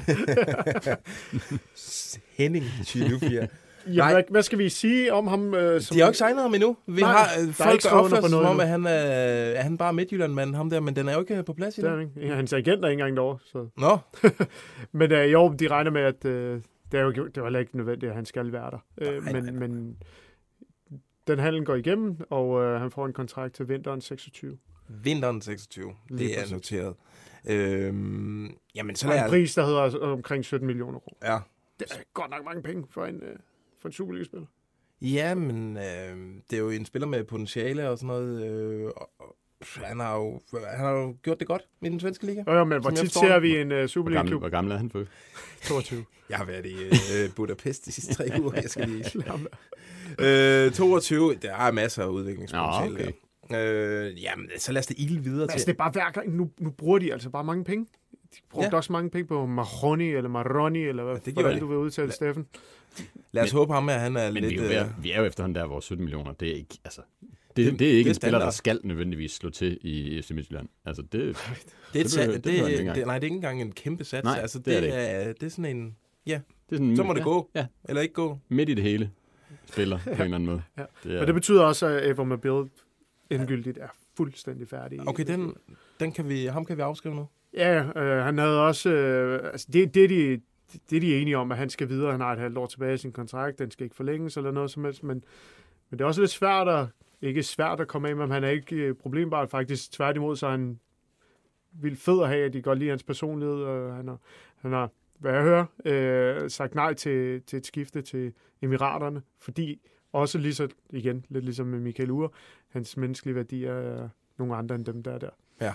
Henning Chilufya. Ja, hvad, hvad skal vi sige om ham? Øh, som De har jo ikke signet ham endnu. Vi Nej, har der er folk, ikke der skrevet opfører under sig på som noget om, at han er, er han bare Midtjylland-mand, ham der, men den er jo ikke på plads Det er endnu. han ikke. Hans agent er ikke engang derovre. Så. Nå, Men øh, jo, de regner med, at øh, det er jo det var heller ikke nødvendigt, at han skal være der. Øh, Nej, men, nej, nej. men den handel går igennem, og øh, han får en kontrakt til vinteren seksogtyve. vinteren seksogtyve. Lige Det er præcis. noteret. Øhm, jamen, så Og lad en os... pris, der hedder altså omkring sytten millioner kroner. Ja. Det er godt nok mange penge for en, øh, for en Superliga-spiller. Ja, men øh, det er jo en spiller med potentiale og sådan noget. Øh, og, og, han, har jo, han har jo gjort det godt i den svenske liga. Jo, jo, men hvor Som jeg tit forstår ser det. vi en uh, Hvor gammel, Superliga-klub? hvor gammel er han født? toogtyve. Jeg har været i øh, Budapest de sidste tre uger. Jeg skal lige... øh, toogtyve, der er masser af udviklingspotentiale. Nå, okay. Øh, jamen, så lad os det ilde videre Altså, til. det er bare hver gang. Nu, nu bruger de altså bare mange penge. De brugte Ja. også mange penge på Maroni, eller Maroni, eller hvad det ja, gjorde hvordan de. du vil udtale, Steffen. Lad os Men- håbe ham, at han er Men lidt... vi er, jo øh, ved, vi er jo efterhånden der, hvor sytten millioner, det er ikke, altså, det, Det- det, det er ikke det er en spiller, der standard. skal nødvendigvis slå til i F C Midtjylland. Altså, det, Det er et Det sat, behøver- det, det behøver han ikke det, engang. det, nej, det er ikke engang en kæmpe sats. Nej, altså, det det, er det er, det er sådan en... Ja, det er sådan, så må det ja, gå. Ja, Eller ikke gå. midt i det hele spiller på en eller anden måde. Ja. Det er, Og det betyder også, at Evo Mabil endegyldigt er fuldstændig færdig. Okay, den, den kan vi, ham kan vi afskrive nu. Ja, øh, han havde også... Øh, altså det, det, er de, det er de enige om, at han skal videre. Han har et halvt år tilbage i sin kontrakt. Den skal ikke forlænges eller noget som helst. Men, men det er også lidt svært at... Ikke svært at komme af med, men han er ikke øh, problembar. Faktisk tværtimod, så er han vildt fed at have, at de godt lide hans personlighed. Og han har, han har, hvad jeg hører, øh, sagt nej til, til et skifte til Emiraterne. Fordi også lige så, igen, lidt ligesom med Michael Ure, hans menneskelige værdier er nogle andre end dem, der er der. Ja.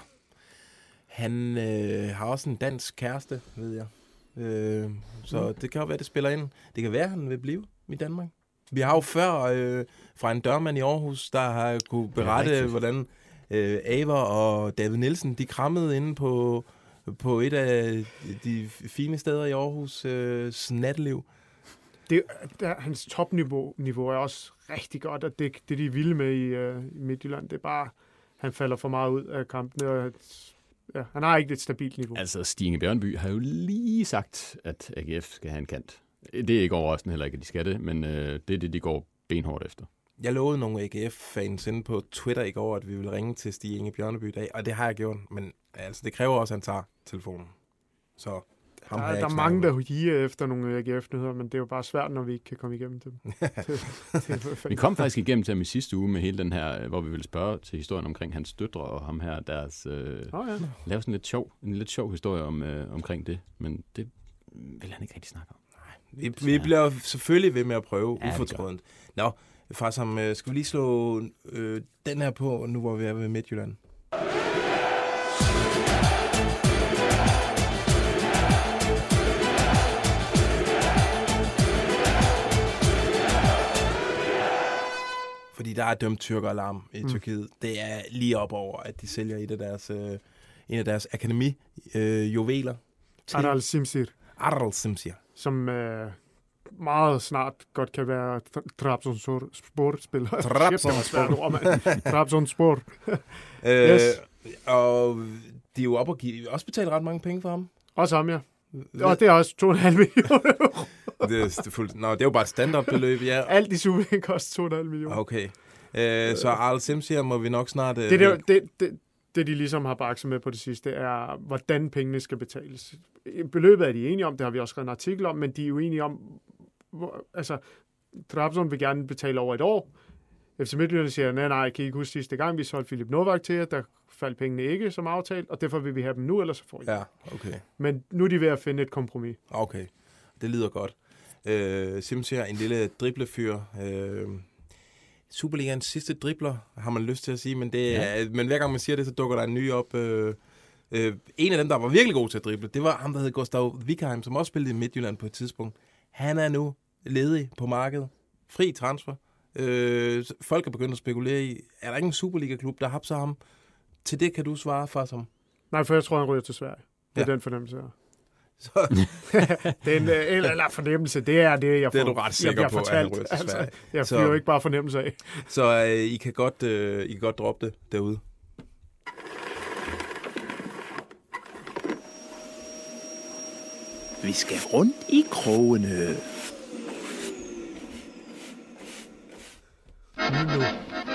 Han øh, har også en dansk kæreste, ved jeg. Øh, så mm. det kan jo være, det spiller ind. Det kan være, han vil blive i Danmark. Vi har jo før øh, fra en dørmand i Aarhus, der har kunne berette, rigtigt. hvordan øh, Aver og David Nielsen, de krammede inde på, på et af de fine steder i Aarhus, øh, natteliv. Det, der, hans topniveau niveau er også rigtig godt, og det, det de er vilde med i, uh, i Midtjylland, det er bare, han falder for meget ud af kampene, og ja, han har ikke et stabilt niveau. Altså, Stine Bjørnby har jo lige sagt, at A G F skal have en kant. Det er ikke overraskende heller ikke, at de skal det, men øh, det er det, de går benhårdt efter. Jeg lovede nogle A G F-fans inde på Twitter i går, at vi ville ringe til Stig Inge Bjørneby i dag, og det har jeg gjort, men altså, det kræver også, at han tager telefonen. Så ham Der, har jeg der ikke er mange, snakket der higer efter nogle A G F-nyheder, men det er jo bare svært, når vi ikke kan komme igennem dem. det, det Vi kom faktisk igennem til ham i sidste uge med hele den her, hvor vi ville spørge til historien omkring hans døtre og ham her, deres... Øh, oh, ja. lave sådan lidt sjov, en lidt sjov historie om, øh, omkring det, men det vil han ikke rigtig snakke om. Vi, vi bliver selvfølgelig ved med at prøve, Ja, ja, vi gør. ufortrødent. Nå, far, som, øh, skal vi lige slå øh, den her på, nu hvor vi er ved Midtjylland? Fordi der er dømt tyrkeralarm i mm. Tyrkiet. Det er lige op over, at de sælger et af deres, øh, en af deres akademi-juveler. Aral Simsir. Aral Simsier. Som øh, meget snart godt kan være Trabzonspor-spiller. Trabzonspor. Trabzonspor. øh, Yes. Og de er jo op og give, også betalt ret mange penge for ham. Også ham, ja. Og det er også to komma fem millioner euro. det, er, fuldt, nå, det er jo bare et standardbeløb, ja. Alt i Superligaen koster to komma fem millioner. Okay. Øh, så Aral Simsier må vi nok snart... Øh, det, der, det, det, det, de ligesom har bakset med på det sidste, er, hvordan pengene skal betales. Beløbet er de enige om, det har vi også skrevet en artikel om, men de er jo enige om, hvor, altså, Trabzon vil gerne betale over et år. F C Midtjylland siger, nej, nej, kan I ikke huske sidste gang, vi solgte Filip Novak til jer, der faldt pengene ikke som aftalt, og derfor vil vi have dem nu, eller så får I. Ja, okay. Men nu er de ved at finde et kompromis. Okay, det lyder godt. Øh, Simsier, en lille driblefyr. Øh, Superligaens sidste dribler, har man lyst til at sige, men, det er, ja. men hver gang man siger det, så dukker der en ny op. Øh, øh, en af dem, der var virkelig god til at drible, det var ham, der hed Gustav Wikheim, som også spillede i Midtjylland på et tidspunkt. Han er nu ledig på markedet. Fri transfer. Øh, folk er begyndt at spekulere i, er der ikke en Superliga-klub, der hapser ham? Til det kan du svare for som. Nej, for jeg tror, han ryger til Sverige. Det er ja. den fornemmelse her. Så. det er en eller, eller fornemmelse, det er det, jeg får. Det er du ret sikker på, fortalt. at han ryger til Sverige. Altså, jeg fyrer jo ikke bare fornemmelse af. Så øh, I, kan godt, øh, I kan godt droppe det derude. Vi skal rundt i krogene. Nu.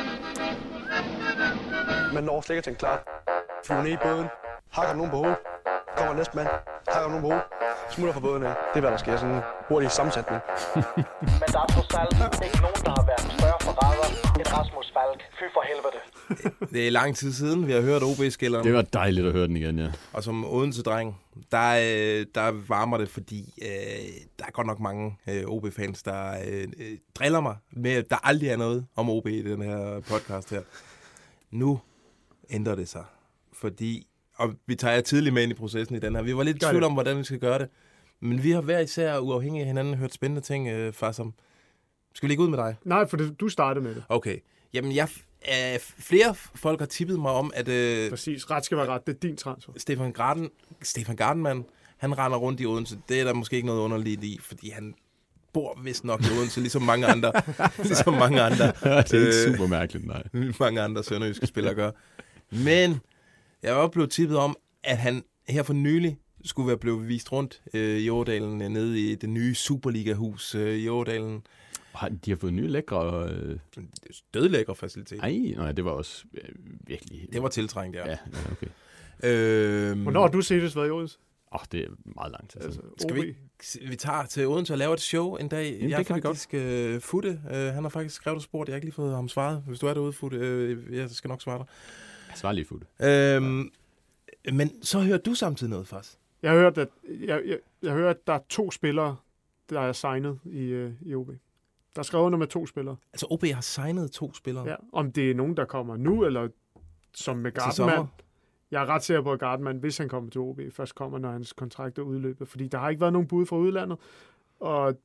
Man når slet ikke til en klar. Flyver ned i båden. Hakker nogen på hovedet. Kommer næste mand. Hakker nogen på hovedet. Smutter fra båden af. Det er, hvad der sker. Sådan en hurtig sammensætning. Men der er trods alt ikke nogen, der har været større forræder end Rasmus Falk. Fy for helvede. Det er lang tid siden, vi har hørt O B-skilleren. Det var dejligt at høre den igen, ja. Og som Odense-dreng, der, der varmer det, fordi øh, der er godt nok mange øh, O B-fans, der øh, driller mig med, at der aldrig er noget om O B i den her podcast her. Nu ændrer det sig, fordi, og vi tager jer tidligt med ind i processen i den her. Vi var lidt i tvivl om, hvordan vi skal gøre det, men vi har hver især uafhængig af hinanden hørt spændende ting, øh, far som. Skal vi ligge ud med dig? Nej, for det, du startede med det. Okay. Jamen, jeg... Uh, flere folk har tippet mig om, at... Uh, Præcis, ret skal være ret. Det er din transfer. Stefan Garden, Stefan Gardenman, han render rundt i Odense. Det er der måske ikke noget underligt i, fordi han bor vist nok i Odense, ligesom mange andre. ligesom mange andre. Det er ikke uh, super mærkeligt, nej. Mange andre sønderjyske spillere gør. Men jeg har også blevet tippet om, at han her for nylig skulle være blevet vist rundt uh, i Årdalen, uh, nede i det nye Superliga-hus uh, i Årdalen. De har fået nye lækre... Øh... Dødlækre facilitet. Ej, nej, det var også øh, virkelig... Det var tiltrængt, ja. Ja, ja okay. Øhm... Hvornår har du set det været i Odense? Åh, oh, det er meget lang tid. Altså, Skal vi, vi tager til Odense og laver et show en dag? Jamen, jeg det har faktisk uh, Futte, uh, han har faktisk skrevet og spurgt, jeg har ikke lige fået ham svaret. Hvis du er derude, Futte, uh, jeg skal nok svare dig. Jeg svarer lige, Futte. Øhm, men så hører du samtidig noget, faktisk. Jeg har hørt, at, jeg, jeg, jeg har hørt, at der er to spillere, der er signet i, uh, i O B. Der er skrevet under med to spillere. Altså O B har signet to spillere? Ja, om det er nogen, der kommer nu, eller som med Gardenman. Jeg er ret sikker på, at Gardenman, hvis han kommer til O B, først kommer, når hans kontrakt er udløbet. Fordi der har ikke været nogen bud fra udlandet, og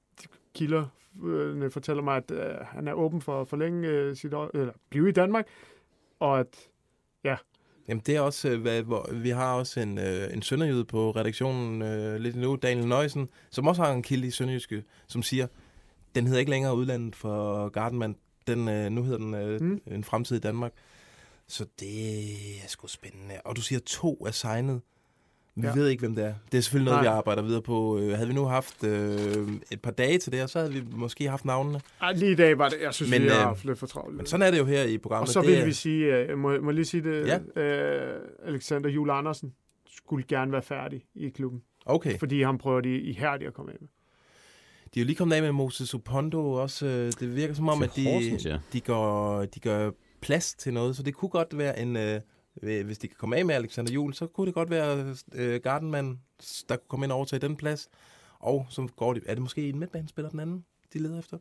kilderne fortæller mig, at øh, han er åben for at forlænge øh, sit år, eller blive i Danmark, og at, ja. Jamen det er også, hvad, hvor, vi har også en, øh, en sønderjyde på redaktionen øh, lidt nu, Daniel Nøjsen, som også har en kilde i sønderjyske, som siger, den hedder ikke længere udlandet for Gardenman. Den, øh, nu hedder den øh, mm. en fremtid i Danmark. Så det er sgu spændende. Og du siger, to er signet. Vi ja. ved ikke, hvem det er. Det er selvfølgelig noget, Nej. vi arbejder videre på. Havde vi nu haft øh, et par dage til det, så havde vi måske haft navnene. Ej, lige i dag var det, jeg synes, men, vi har haft lidt for travlt. Men sådan er det jo her i programmet. Og så det vil er... vi sige, uh, må, må jeg lige sige det, ja. uh, Alexander Juhl Andersen skulle gerne være færdig i klubben. Okay. Fordi han prøver de ihærdigt at komme af med. De er jo lige kommet af med Moses Opondo også. Det virker som om, at de, Horsens, ja. de, går, de gør plads til noget. Så det kunne godt være en... Øh, hvis de kan komme af med Alexander Juhl, så kunne det godt være øh, Gardenman, der kunne komme ind og overtage den plads. Og så går de... Er det måske en midtbanespiller, den anden, de leder efter?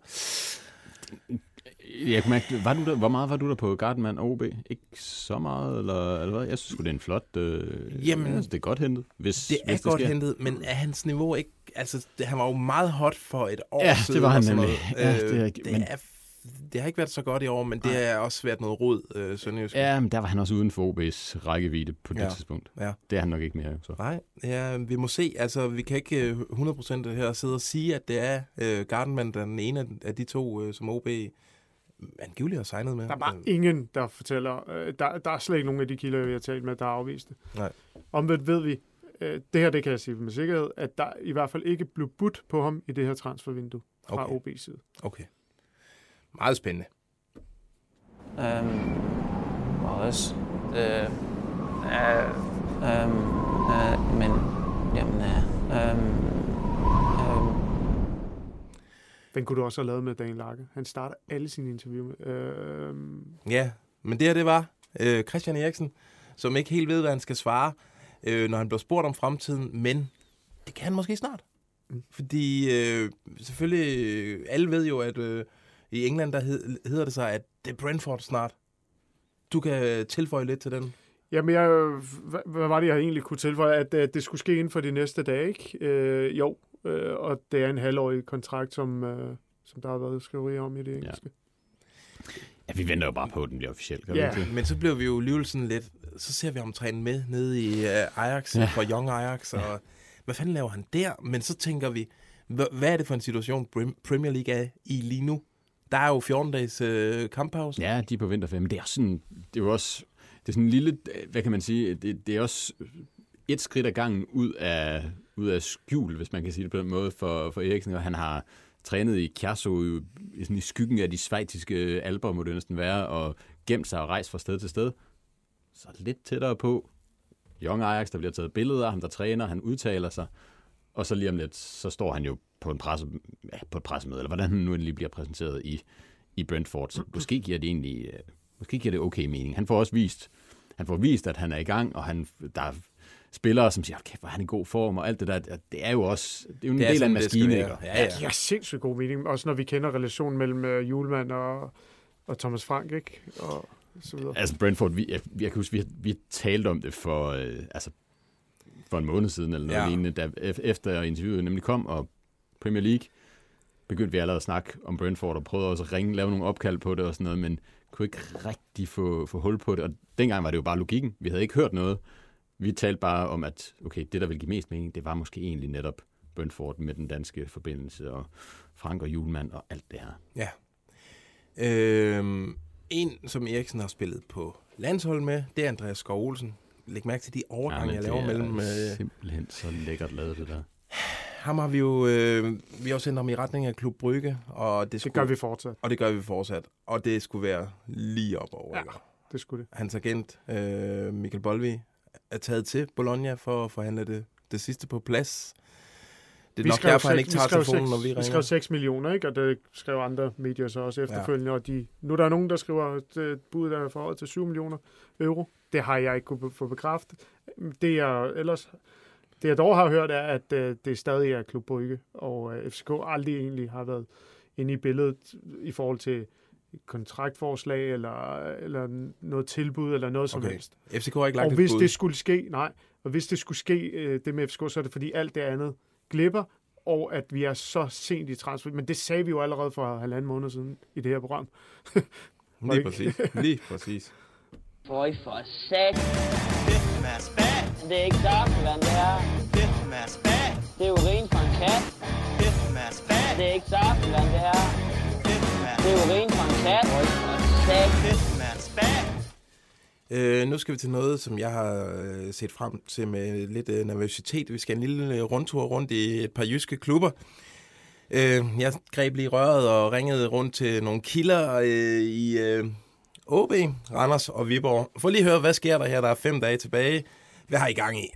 Jeg kunne mærke, var du der, hvor meget var du der på Gardenman og O B? Ikke så meget, eller, eller hvad? Jeg synes det er en flot... Øh, Jamen, altså, det er godt hentet. Hvis, det er hvis godt det hentet, men er hans niveau ikke... Altså, det, han var jo meget hot for et år ja, siden. det var han nemlig. Ja, øh, det er, det men, er det har ikke været så godt i år, men det har også været noget rod, øh, Sønderjysk. Ja, men der var han også uden for O B's rækkevidde på det ja. tidspunkt. Ja. Det er han nok ikke mere. Så. Nej, ja, vi må se. Altså, vi kan ikke hundrede procent her sidde og sige, at det er øh, Gardenman, den ene af de to, øh, som O B angiveligt har signet med. Der er bare ingen, der fortæller. Øh, der, der er slet ikke nogen af de kilder, vi har talt med, der har afvist det. Nej. Omvendt ved vi, øh, det her, det kan jeg sige med sikkerhed, at der i hvert fald ikke blev budt på ham i det her transfervindue fra okay. O B's side. Okay. Meget spændende. Um, også. Øh, øh, øh, øh, men, jamen, øh, øh, øh, den kunne du også have lavet med Daniel Larke. Han starter alle sine interview med. Øh, ja, men det her, det var øh, Christian Eriksen, som ikke helt ved, hvad han skal svare, øh, når han bliver spurgt om fremtiden, men det kan han måske snart. Mm. Fordi øh, selvfølgelig, øh, alle ved jo, at øh, i England, der hed, hedder det sig, at det er Brentford snart. Du kan tilføje lidt til den. Jamen, jeg, hvad, hvad var det, jeg egentlig kunne tilføje? At, at det skulle ske inden for de næste dage, ikke? Øh, jo, øh, og det er en halvårig kontrakt, som, øh, som der har været skriverier om i det engelske. Ja. ja, vi venter jo bare på, at den bliver officiel. Ja, men så blev vi jo alligevel sådan lidt, så ser vi ham træne med nede i uh, Ajax, ja. for Young Ajax, og ja. hvad fanden laver han der? Men så tænker vi, hvad er det for en situation, Premier League er i lige nu? Der er jo fjorten dages øh, kamppause. Ja, de er på vinterferie, men det er også sådan, det er jo også, det er sådan en lille, hvad kan man sige, det, det er også et skridt ad gangen ud af, ud af skjul, hvis man kan sige det på den måde, for, for Eriksen, og han har trænet i Kjerso i, i, sådan i skyggen af de schweiziske alper, må det næsten være, og gemt sig og rejst fra sted til sted. Så lidt tættere på Young Ajax, der bliver taget billeder af ham, der træner, han udtaler sig, og så lige om lidt, så står han jo på en presse, ja, på et pressemøde, eller hvordan han nu endelig bliver præsenteret i, i Brentford. Så måske giver det egentlig, måske giver det okay mening. Han får også vist, han får vist, at han er i gang, og han, der er spillere, som siger, okay, hvor er han i god form, og alt det der, det er jo også, det er jo en det del af en maskine, ikke? Ja, ja. Det giver sindssygt god mening, også når vi kender relationen mellem uh, Hjulmand og, og Thomas Frank, ikke? Og så videre. Altså Brentford, vi, jeg, jeg kan huske, vi, vi talte om det for, øh, altså, for en måned siden, eller noget ja. lignende, da, efter interviewet nemlig kom, og Premier League, begyndte vi allerede at snakke om Brentford, og prøvede også at ringe, lave nogle opkald på det og sådan noget, men kunne ikke rigtig få, få hul på det, og dengang var det jo bare logikken. Vi havde ikke hørt noget. Vi talte bare om, at okay, det, der ville give mest mening, det var måske egentlig netop Brentford med den danske forbindelse, og Frank og Hjulmand og alt det her. Ja. Øhm, en, som Eriksen har spillet på landshold med, det er Andreas Skov Olsen. Læg mærke til de overgange, ja, jeg laver mellem... Det er simpelthen så lækkert lavet, det der. Ham har vi jo, øh, vi har jo sendt ham i retning af Klub Brygge, og det, det skulle, gør vi fortsat. Og det gør vi fortsat, og det skulle være lige op over. Ja, det skulle det. Hans agent, øh, Michael Bolvi, er taget til Bologna for at forhandle det, det sidste på plads. Det er vi nok derfor, han ikke tager telefonen, når vi ringer. Vi skrev seks millioner, ikke? Og det skrev andre medier så også efterfølgende. Ja. Og de, nu der er nogen, der skriver, at budet er forhøjet til syv millioner euro. Det har jeg ikke kunne få bekræftet. Det jeg ellers... Det jeg dog har hørt er, at øh, det stadig er Klub Brygge, og øh, F C K aldrig egentlig har været inde i billedet i forhold til kontraktforslag, eller, eller noget tilbud, eller noget okay. som helst. F C K har ikke lagt og et hvis bud. det skulle ske, nej, og hvis det skulle ske, øh, det med F C K, så er det fordi alt det andet glipper, og at vi er så sent i transfer. Men det sagde vi jo allerede for halvanden måned siden i det her program. Lige præcis. Lige præcis. Føj for sat. Det er ikke saftevand, det her. Det er urin fra en kat. Det er ikke saftevand, det her. Det er urin fra en kat. Føj for sat. Øh, nu skal vi til noget, som jeg har øh, set frem til med lidt øh, nervøsitet. Vi skal en lille øh, rundtur rundt i et par jyske klubber. Øh, jeg greb lige røret og ringede rundt til nogle kilder øh, i øh, O B, Randers og Viborg. For lige høre, hvad sker der her? Der er fem dage tilbage. Hvad har I gang i?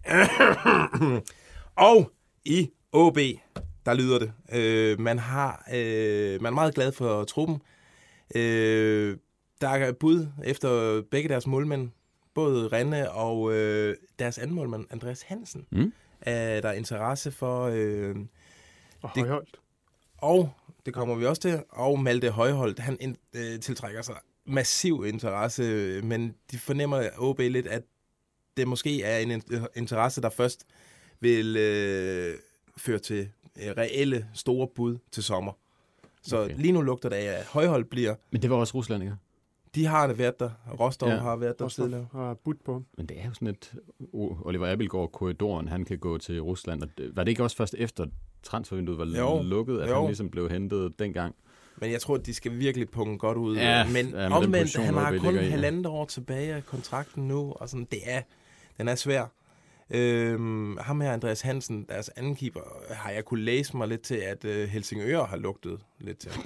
Og i O B, der lyder det. Øh, man, har, øh, man er meget glad for truppen. Øh, der er bud efter begge deres målmænd. Både Renne og øh, deres anden målmand, Andreas Hansen. Mm. Er der interesse for... Øh, og Højholdt. Og det kommer vi også til. Og Malte Højholdt, han øh, tiltrækker sig massiv interesse, men de fornemmer O B lidt, at det måske er en interesse, der først vil øh, føre til reelle store bud til sommer. Så Okay. lige nu lugter det af, at Højhold bliver... Men det var også Rusland, ikke? De har det været der. Rostov Ja. har været der Rostov tidligere. har budt på. Men det er jo sådan et... Oliver Abildgaard, korridoren, han kan gå til Rusland. Og det, var det ikke også først efter transfervinduet var Jo. lukket, at Jo. han ligesom blev hentet dengang? Men jeg tror, at de skal virkelig punge godt ud. Ja, men ja, med den omvendt, position, han har O B kun ligger i, ja. halvandet år tilbage af kontrakten nu, og sådan, det er, den er svær. Øhm, ham her, Andreas Hansen, deres anden keeper, har jeg kunne læse mig lidt til, at øh, Helsingør har lugtet lidt til.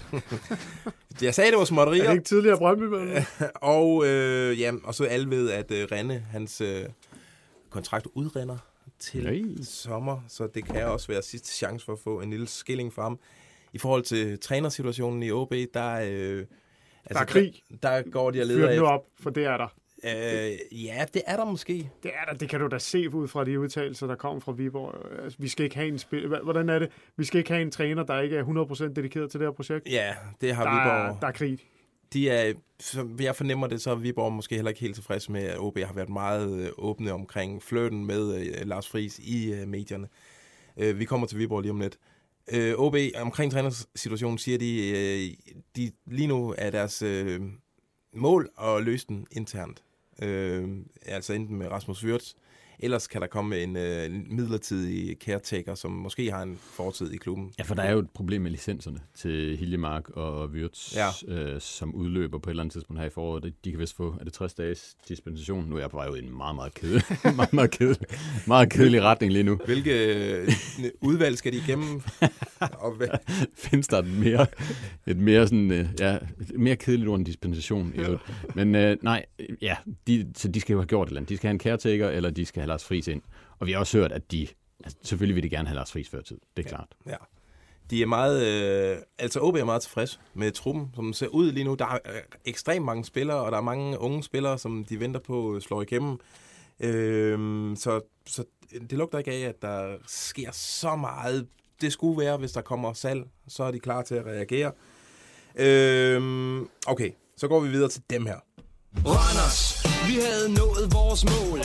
Jeg sagde, det var småtterier. Er det ikke tidligere Brøndby? og, øh, ja, og så alle ved, at øh, Renne, hans øh, kontrakt udrender til Nej. sommer, så det kan også være sidste chance for at få en lille skilling for ham. I forhold til trænersituationen i O B, der, øh, altså, der er krig. Der går de og leder Fyr den nu efter. op, for det er der. Øh, ja, det er der måske. Det er der. Det kan du da se ud fra de udtalelser, der kommer fra Viborg. Altså, vi skal ikke have en spil. Hvordan er det? Vi skal ikke have en træner, der ikke er hundrede procent dedikeret til det her projekt. Ja, det har der Viborg. Er, der er krig. De er, som jeg fornemmer det, så er Viborg måske heller ikke helt tilfreds med, at O B har været meget øh, åbne omkring flirten med øh, Lars Friis i øh, medierne. Øh, vi kommer til Viborg lige om lidt. Øh, O B omkring trænersituationen siger de, øh, de lige nu er deres øh, mål at løse den internt. Øh, altså enten med Rasmus Wirtz, ellers kan der komme en øh, midlertidig caretaker, som måske har en fortid i klubben. Ja, for der er jo et problem med licenserne til Hiljemark og Wirtz, ja. øh, som udløber på et eller andet tidspunkt her i foråret. De kan vist få, er det tres dages dispensation? Nu er jeg på vej ud i en meget, meget kedelig, meget, meget kedelig, meget kedelig retning lige nu. Hvilke øh, udvalg skal de igennem? Og findes der et mere, et mere sådan, øh, ja, et mere kedeligt ord end dispensation. Ja. Men øh, nej, ja, de, så de skal jo have gjort et eller andet. De skal have en caretaker, eller de skal have Lars Friis ind. Og vi har også hørt, at de, altså, selvfølgelig vil de gerne have Lars Friis før tid. Det er ja, klart. Ja. De er meget, øh, altså O B er meget tilfreds med truppen, som ser ud lige nu. Der er øh, ekstremt mange spillere, og der er mange unge spillere, som de venter på slår igennem. Øh, så, så det lugter ikke af, at der sker så meget. Det skulle være, hvis der kommer salg, så er de klar til at reagere. Øh, okay, så går vi videre til dem her. Randers, vi havde nået vores mål.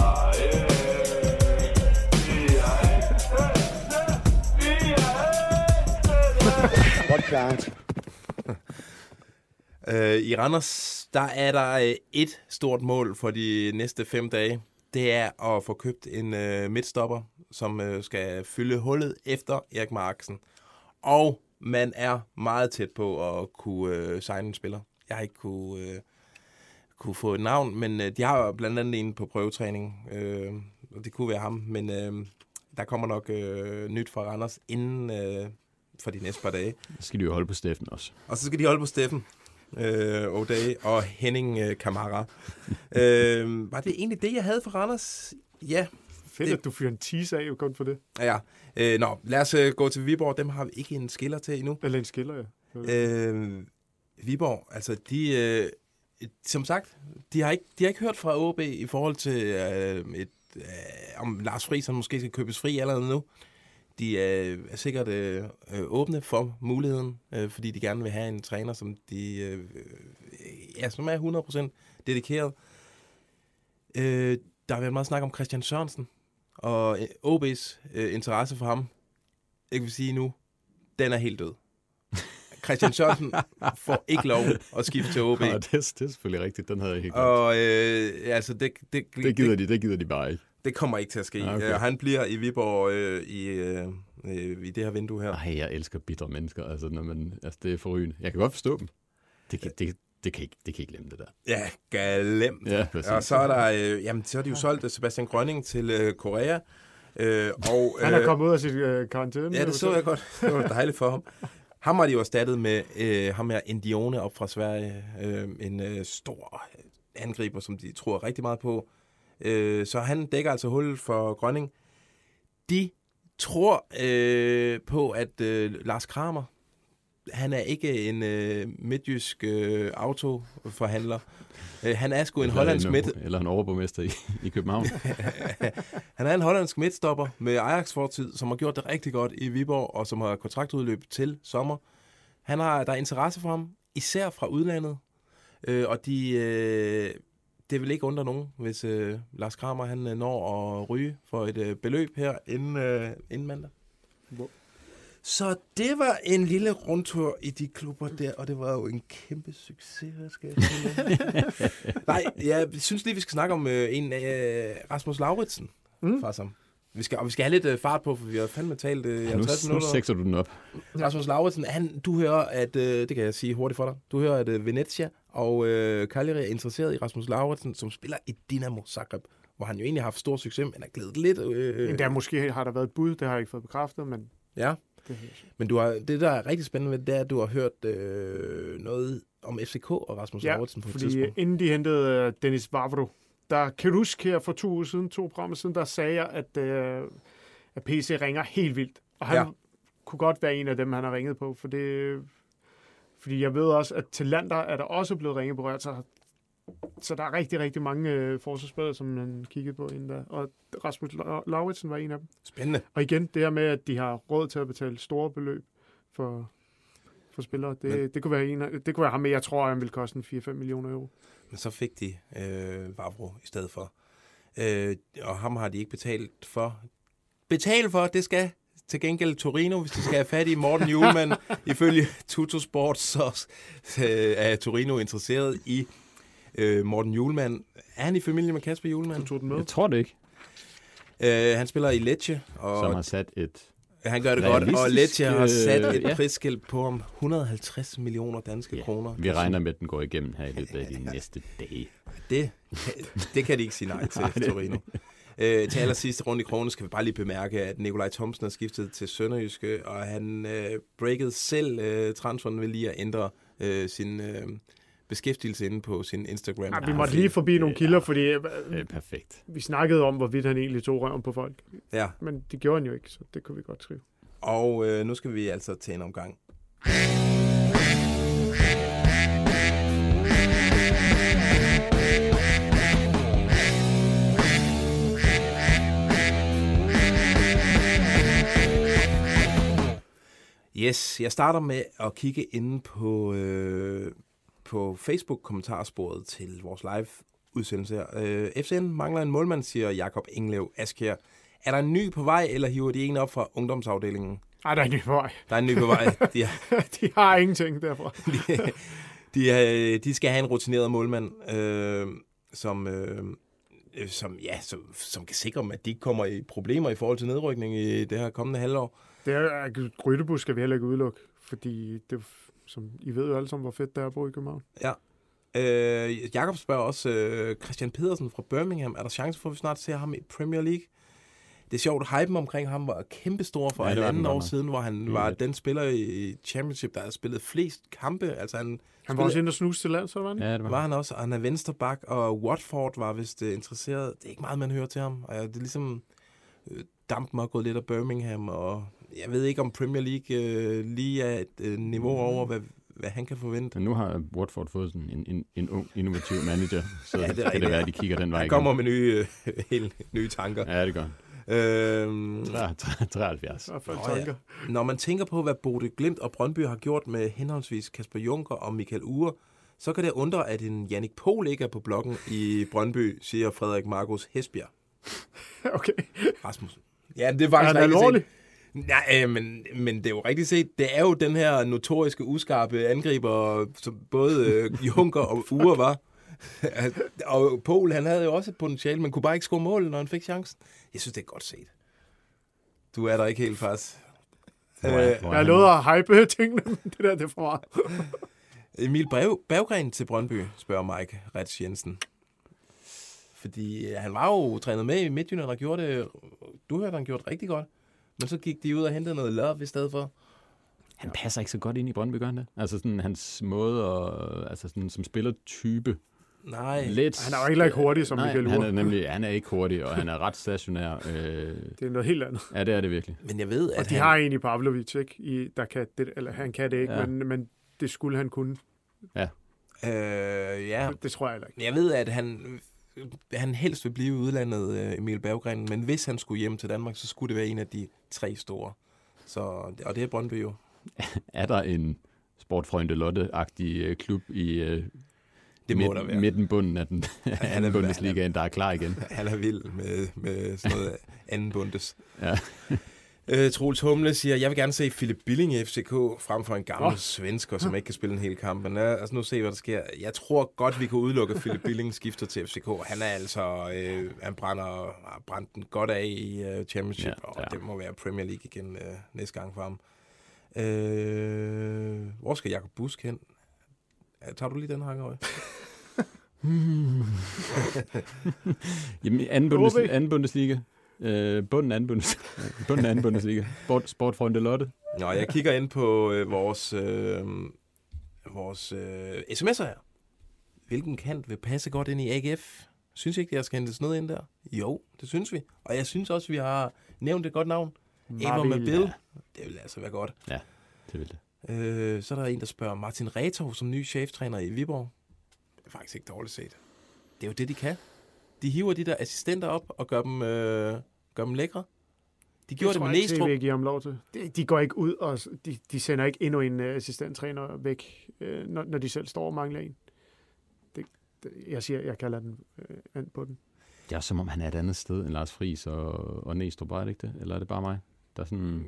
øh, I Randers, der er der et stort mål for de næste fem dage. Det er at få købt en øh, midtstopper, som øh, skal fylde hullet efter Erik Marksen. Og man er meget tæt på at kunne øh, signe en spiller. Jeg har ikke kunne, øh, kunne få et navn, men øh, de har blandt andet en på prøvetræning. Øh, og det kunne være ham, men øh, der kommer nok øh, nyt fra Randers inden øh, for de næste par dage. Så skal de jo holde på Steffen også. Og så skal de holde på Steffen. Øh, O'Day og Henning øh, Kamara. øh, var det egentlig det, jeg havde for Randers? Ja. Fedt, det... at du fyrer en teaser af, jo kun for det. Ja. Øh, nå, lad os øh, gå til Viborg. Dem har vi ikke en skiller til endnu. Eller en skiller, ja. Øh, Viborg, altså de... Øh, som sagt, de har, ikke, de har ikke hørt fra O B i forhold til, øh, et, øh, om Lars Friis måske skal købes fri allerede nu. De er, er sikkert øh, åbne for muligheden, øh, fordi de gerne vil have en træner, som de øh, ja, som er hundrede procent dedikeret. Øh, der har været meget snak om Christian Sørensen, og øh, O B's øh, interesse for ham, jeg kan sige nu, den er helt død. Christian Sørensen får ikke lov at skifte til O B. Ja, det, er, det er selvfølgelig rigtigt, den havde jeg helt glemt. Og øh, altså, det, det, det, gider de, det gider de bare ikke. Det kommer ikke til at ske. Ah, okay. Uh, han bliver i Viborg øh, i, øh, i det her vindue her. Ej, jeg elsker bitre mennesker. Altså, når man, altså, det er forrygende. Jeg kan godt forstå dem. Det kan, det, det kan, ikke, det kan ikke glemme det der. Ja, glemt. Ja, og så er der, øh, jamen, så er de jo solgt Sebastian Grønning til øh, Korea. Øh, og, øh, han er kommet ud af sit øh, karantæne. Ja, det så jeg godt. Det var dejligt for ham. Ham har de jo erstattet med øh, ham her Indione op fra Sverige. Øh, en øh, stor angriber, som de tror rigtig meget på. Øh, så han dækker altså hul for Grønning. De tror øh, på, at øh, Lars Kramer, han er ikke en øh, midtjysk øh, autoforhandler. Øh, han er sgu en hollandsk midt... Eller en overborgmester i, i København. Han er en hollandsk midtstopper med Ajax-fortid, som har gjort det rigtig godt i Viborg, og som har kontraktudløb til sommer. Han har, der er interesse for ham, især fra udlandet. Øh, og de... Øh, det vil ikke undre nogen, hvis øh, Lars Kramer han når at ryge for et øh, beløb her inden, øh, inden mandag. Hvor? Så det var en lille rundtur i de klubber der, og det var jo en kæmpe succes, hvad skal jeg sige? Nej, jeg synes lige, vi skal snakke om øh, en af øh, Rasmus Lauritsen. Mm. Vi skal, og vi skal have lidt øh, fart på, for vi har fandme talt øh, halvtreds ja, nu, minutter. Nu sekser du den op. Rasmus Lauritsen, han, du hører, at, øh, det kan jeg sige hurtigt for dig, du hører, at øh, Venezia og øh, Cagliari er interesseret i Rasmus Lauritsen, som spiller i Dinamo Zagreb, hvor han jo egentlig har haft stor succes, men er glædet lidt. Øh, der måske har der været et bud, det har jeg ikke fået bekræftet, men... Ja, men du har, det, der er rigtig spændende ved det, er, at du har hørt øh, noget om F C K og Rasmus ja, Lauritsen på et fordi tidspunkt. Inden de hentede Dennis Vavro, der kan du huske her for to uger siden, to programmer siden, der sagde jeg, at, øh, at P C ringer helt vildt. Og han ja. kunne godt være en af dem, han har ringet på, for det, fordi jeg ved også, at til Lander er der også blevet ringet på, så, så der er rigtig, rigtig mange øh, forsvarsspillere, som man kiggede på inden der. Og Rasmus Lauritsen var en af dem. Spændende. Og igen, det her med, at de har råd til at betale store beløb for, for spillere, det, men, det, kunne være en af, det kunne være ham, men jeg tror, han ville koste en fire til fem millioner euro. Men så fik de øh, Vavro i stedet for. Øh, og ham har de ikke betalt for. Betale for, det skal til gengæld Torino, hvis de skal have fat i Morten Hjulmand. Ifølge Tuttosport, så øh, er Torino interesseret i øh, Morten Hjulmand. Er han i familie med Kasper Hjulmand? Du tog den med? Jeg tror det ikke. Øh, han spiller i Lecce. Og som har sat et... Han gør det godt, og Lecce har sat et ja. prisskilt på om et hundrede og halvtreds millioner danske ja, kroner. Vi regner med, at den går igennem her i løbet af de næste dage. Det, det kan de ikke sige nej til, nej, Torino. Øh, til allersidste runde i kronen skal vi bare lige bemærke, at Nikolaj Thomsen har skiftet til Sønderjyske, og han øh, breakede selv øh, transferen ved lige at ændre øh, sin øh, beskæftigelse inde på sin Instagram. Ja, vi måtte lige forbi nogle kilder, fordi øh, øh, perfekt. Vi snakkede om, hvorvidt han egentlig tog røven på folk. Ja. Men det gjorde han jo ikke, så det kunne vi godt skrive. Og øh, nu skal vi altså til en omgang. Yes, jeg starter med at kigge inde på, øh, på Facebook-kommentarsporet til vores live-udsendelse her. Øh, F C N mangler en målmand, siger Jakob Englev Askjær. Er der en ny på vej, eller hiver de en op fra ungdomsafdelingen? Nej, der er en ny på vej. Der er en ny på vej. De har, de har ingenting derfra. de, de, er, de skal have en rutineret målmand, øh, som... Øh, som, ja, som, som kan sikre dem, at de ikke kommer i problemer i forhold til nedrykning i det her kommende halvår. Det er Grydebus skal vi heller ikke udelukke, fordi det, som I ved jo alle sammen, hvor fedt det er at bo i København. Ja. Øh, Jakob spørger også øh, Christian Pedersen fra Birmingham. Er der chance for, at vi snart ser ham i Premier League? Det er sjovt, hypen omkring ham var kæmpestor for ja, et andet år siden, hvor han var den spiller i Championship, der havde spillet flest kampe. Altså han, han spillede, var også inde og snuse til land, så var han? Ja, det var, var han også. Og han er vensterbak, og Watford var vist uh, interesseret. Det er ikke meget, man hører til ham. Og det er ligesom uh, dampen har gået lidt af Birmingham, og jeg ved ikke, om Premier League uh, lige er et uh, niveau over, hvad, hvad han kan forvente. Men nu har Watford fået sådan en, en, en ung, innovativ manager, så ja, det kan det være, at de kigger den vej. Han kommer med nye, uh, helt nye tanker. Ja, det gør Øhm, treoghalvfjerds. Ja. Når man tænker på, hvad Bodø Glimt og Brøndby har gjort med henholdsvis Kasper Juncker og Michael Uhre, så kan det undre, at en Jannik Pohl ikke er på blokken i Brøndby, siger Frederik Markus Hesbjerg. Okay. Rasmussen. Ja, det er faktisk er alvorligt. Nej, øh, men, men det er jo rigtigt set. Det er jo den her notoriske, uskarpe angriber, som både øh, Juncker og Uhre var. Og Pohl, han havde jo også et potentiale, men kunne bare ikke score mål, når han fik chancen. Jeg synes, det er godt set. Du er der ikke helt fast. Øh, jeg har lovet at hype tingene, det der, det er for meget. Emil Brev, Berggren til Brøndby, spørger Mike Retz Jensen. Fordi han var jo trænet med i Midtjylland og gjorde det, du hørte, han gjorde det rigtig godt. Men så gik de ud og hentede noget love i stedet for. Han passer ikke så godt ind i Brøndby, gør han det? Altså sådan hans måde, og, altså sådan som spillertype. Nej, lidt, han er jo heller ikke hurtig, som nej, Michael Uhre. Han er nemlig, han er ikke hurtig, og han er ret stationær. Øh, det er noget helt andet. Ja, det er det virkelig. Men jeg ved, at og de han... har en i Pavlovic, ikke? I, der kan det, eller han kan det ikke, ja. men, men det skulle han kunne. Ja. Øh, ja. Det tror jeg heller ikke. Jeg ved, at han, han helst vil blive i udlandet, Emil Berggren, men hvis han skulle hjem til Danmark, så skulle det være en af de tre store. Så, og det er Brøndby jo. Er der en Sportfreunde Lotte-agtig klub i... Øh, Det må der være. Midten bunden af den anden Bundesligaen, der er klar igen. Han er vild med, med sådan noget anden bundes. Ja. Øh, Troels Humle siger, jeg vil gerne se Philip Billing i F C K, frem for en gammel Oh. svensker, som ikke kan spille en hel kamp. Men ja, altså nu se, hvad der sker. Jeg tror godt, vi kan udelukke, at Philip Billing skifter til F C K. Han er altså, øh, han brænder, har brændt den godt af i uh, Championship, ja, og ja. det må være Premier League igen øh, næste gang for ham. Øh, hvor skal Jakob Busk hen? Tager du lige den her øje? Hmm. Jamen, anden, bundes, anden Bundesliga. Øh, bunden anden Bundesliga. Bunden anden Bundesliga. Sport, Sportfronte Lotte. Nå, jeg kigger ind på øh, vores, øh, vores øh, sms'er her. Hvilken kant vil passe godt ind i A G F? Synes I ikke, der skal hentes noget ind der? Jo, det synes vi. Og jeg synes også, vi har nævnt et godt navn. Ever med Bill. Ja. Det vil altså være godt. Ja, det vil det. Øh, så er der en, der spørger Martin Retov som ny cheftræner i Viborg. Det er faktisk ikke dårligt set. Det er jo det, de kan. De hiver de der assistenter op og gør dem, øh, gør dem lækre. De gjorde det med Næstrup. Det giver dem lov til. De, de går ikke ud, og de, de sender ikke endnu en uh, assistenttræner væk, uh, når, når de selv står og mangler en. Det, det, jeg siger, jeg kalder den uh, and på den. Det er som om, han er et andet sted end Lars Friis og, og Næstrup, er det ikke det? Eller er det bare mig? Der er sådan...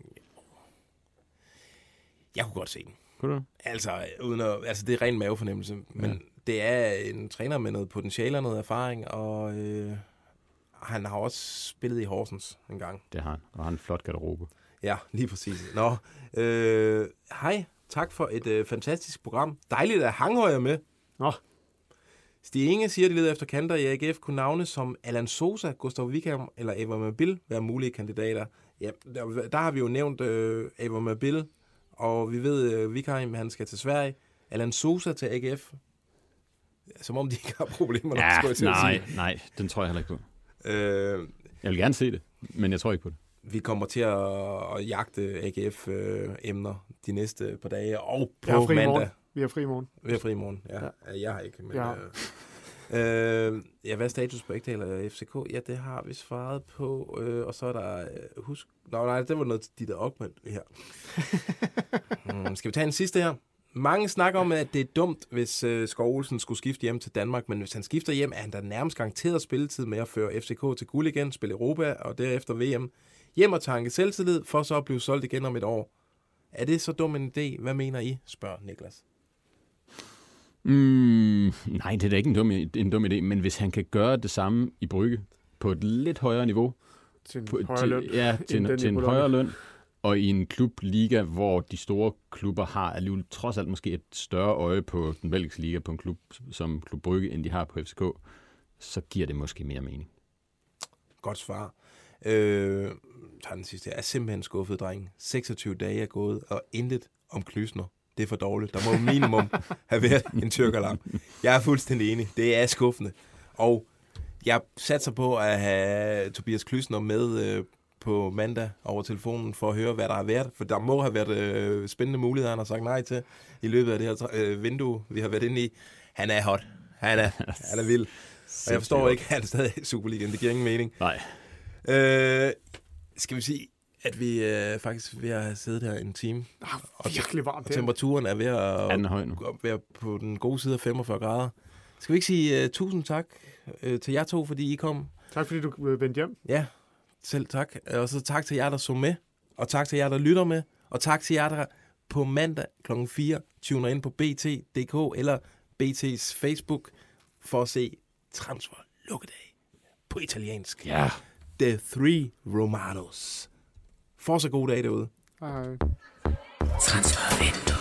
Jeg kunne godt se den. Kunne du? Altså, uden at, altså det er ren mavefornemmelse, men ja. Det er en træner med noget potentiale og noget erfaring, og øh, han har også spillet i Horsens en gang. Det har han, og han en flot garderobe. Ja, lige præcis. Nå, øh, hej, tak for et øh, fantastisk program. Dejligt at Hanghøj er med. Nå. Stig Inge siger, at de leder efter kanter i A G F. Kunne navne som Allan Sosa, Gustav Wickham eller Ever Mabil være mulige kandidater? Ja, der, der har vi jo nævnt øh, Ever Mabil, og vi ved, at øh, Wickham han skal til Sverige. Allan Sosa til A G F. Som om de ikke har problemer. Ja, nok, nej, nej, den tror jeg heller ikke på. Øh, jeg vil gerne se det, men jeg tror ikke på det. Vi kommer til at, at jagte A G F-emner øh, de næste par dage, og på mandag. Morgen. Vi har fri i morgen. Vi har fri i morgen, ja. ja. Jeg har ikke, men... Ja. Øh, øh, ja, hvad er status på Ekdal og F C K? Ja, det har vi svaret på, øh, og så er der... Øh, husk... Nå, nej, det var noget til de der Ockmann her. hmm, skal vi tage en sidste her? Mange snakker om, at det er dumt, hvis øh, Skov Olsen skulle skifte hjem til Danmark, men hvis han skifter hjem, er han da nærmest garanteret spilletid med at føre F C K til guld igen, spille Europa og derefter V M. Hjem og tanke selvtillid, for så at blive solgt igen om et år. Er det så dum en idé? Hvad mener I? Spørger Niklas. Mm, nej, det er da ikke en dum, en dum idé, men hvis han kan gøre det samme i Brygge på et lidt højere niveau, til en på, højere løn, til, ja, til en, til en højere løn, og i en klubliga, hvor de store klubber har alligevel trods alt måske et større øje på den belgiske liga på en klub som Klub Brygge, end de har på F C K, så giver det måske mere mening. Godt svar. Øh, tager den sidste. Jeg er simpelthen skuffet, dreng. seksogtyve dage er gået, og intet om Klysner. Det er for dårligt. Der må minimum have været en tyrkerlam. Jeg er fuldstændig enig. Det er skuffende. Og jeg satser på at have Tobias Klysner med øh, på mandag over telefonen for at høre, hvad der har været. For der må have været øh, spændende muligheder, han har sagt nej til i løbet af det her øh, vindue, vi har været inde i. Han er hot. Han er, han er vild. Og jeg forstår ikke, at han er stadig i Superligaen. Det giver ingen mening. Nej. Øh, skal vi sige, at vi øh, faktisk er ved at have siddet her en time. Ah, virkelig varmt. Og temperaturen er ved at, at være på den gode side af femogfyrre grader. Skal vi ikke sige uh, tusind tak uh, til jer to, fordi I kom? Tak, fordi du vendte hjem. Ja, selv tak. Og så tak til jer, der så med. Og tak til jer, der lytter med. Og tak til jer, der på mandag klokken fire tuner ind på B T punktum d k eller B T's Facebook for at se Transfer Lukkedag på italiensk. Ja. The Three Romanos. For så god dag derude. Hej. Transfervindue.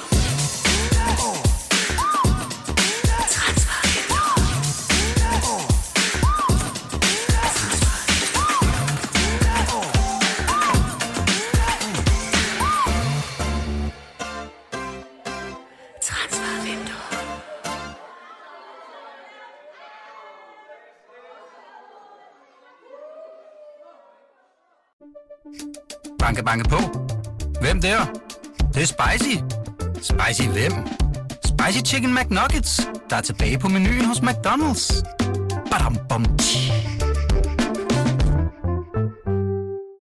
Banke, banke på. Hvem der? Det, det er spicy. Spicy hvem? Spicy Chicken McNuggets, der er tilbage på menuen hos McDonald's. Badum, bom, tji.